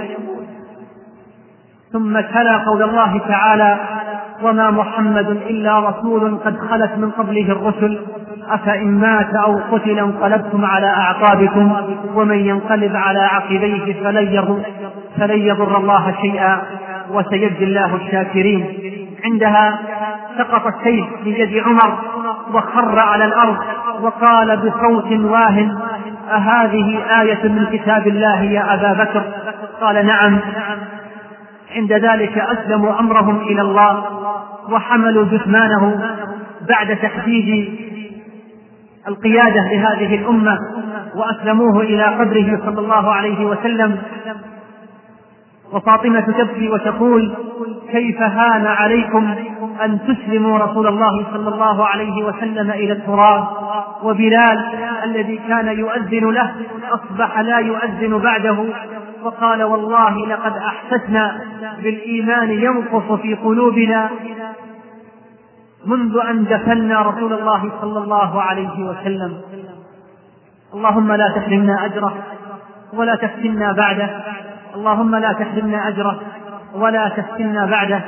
ثم تلا قول الله تعالى: وما محمد إلا رسول قد خلت من قبله الرسل أفإن مات أو قتل انقلبتم على أعقابكم ومن ينقلب على عقبيه فلن يضر الله شيئا وسيجزي الله الشاكرين. عندها سقط السيف من يد عمر وخر على الأرض وقال بصوت واهن: أهذه آية من كتاب الله يا أبا بكر؟ قال: نعم. عند ذلك أسلموا أمرهم إلى الله وحملوا جثمانه بعد تحديد القيادة لهذه الأمة وأسلموه إلى قبره صلى الله عليه وسلم. وفاطمة تبكي وتقول: كيف هان عليكم أن تسلموا رسول الله صلى الله عليه وسلم إلى التراب. وبلال الذي كان يؤذن له أصبح لا يؤذن بعده، وقال: والله لقد أحسسنا بالإيمان ينقص في قلوبنا منذ أن دفنا رسول الله صلى الله عليه وسلم. اللهم لا تحرمنا أجره ولا تفتنا بعده، اللهم لا تحرمنا أجره ولا تفتنا بعده.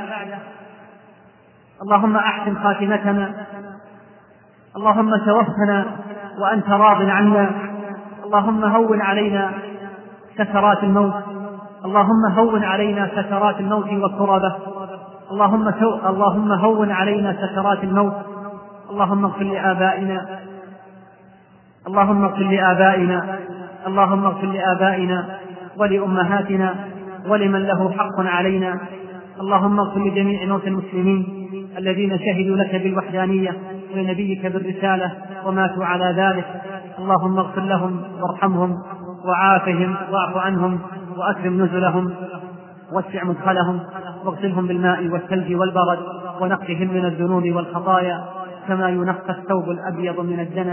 اللهم أحسن خاتمتنا، اللهم توفنا وأنت راض عنا، اللهم هون علينا سكرات الموت، اللهم هون علينا سكرات الموت وكربه، اللهم هون علينا سكرات الموت. اللهم اغفر لآبائنا، اللهم اغفر لآبائنا، اللهم اغفر لآبائنا ولأمهاتنا ولمن له حق علينا. اللهم اغفر لجميع موتى المسلمين الذين شهدوا لك بالوحدانية ولنبيك بالرسالة وماتوا على ذلك. اللهم اغفر لهم وارحمهم وعافهم واعف عنهم وأكرم نزلهم واسع مدخلهم واغسلهم بالماء والثلج والبرد ونقهم من الذنوب والخطايا كما ينقى الثوب الأبيض من الدنس.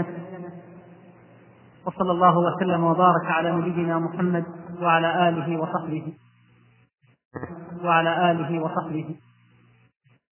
وصلى الله وسلم وبارك على نبينا محمد وعلى آله وصحبه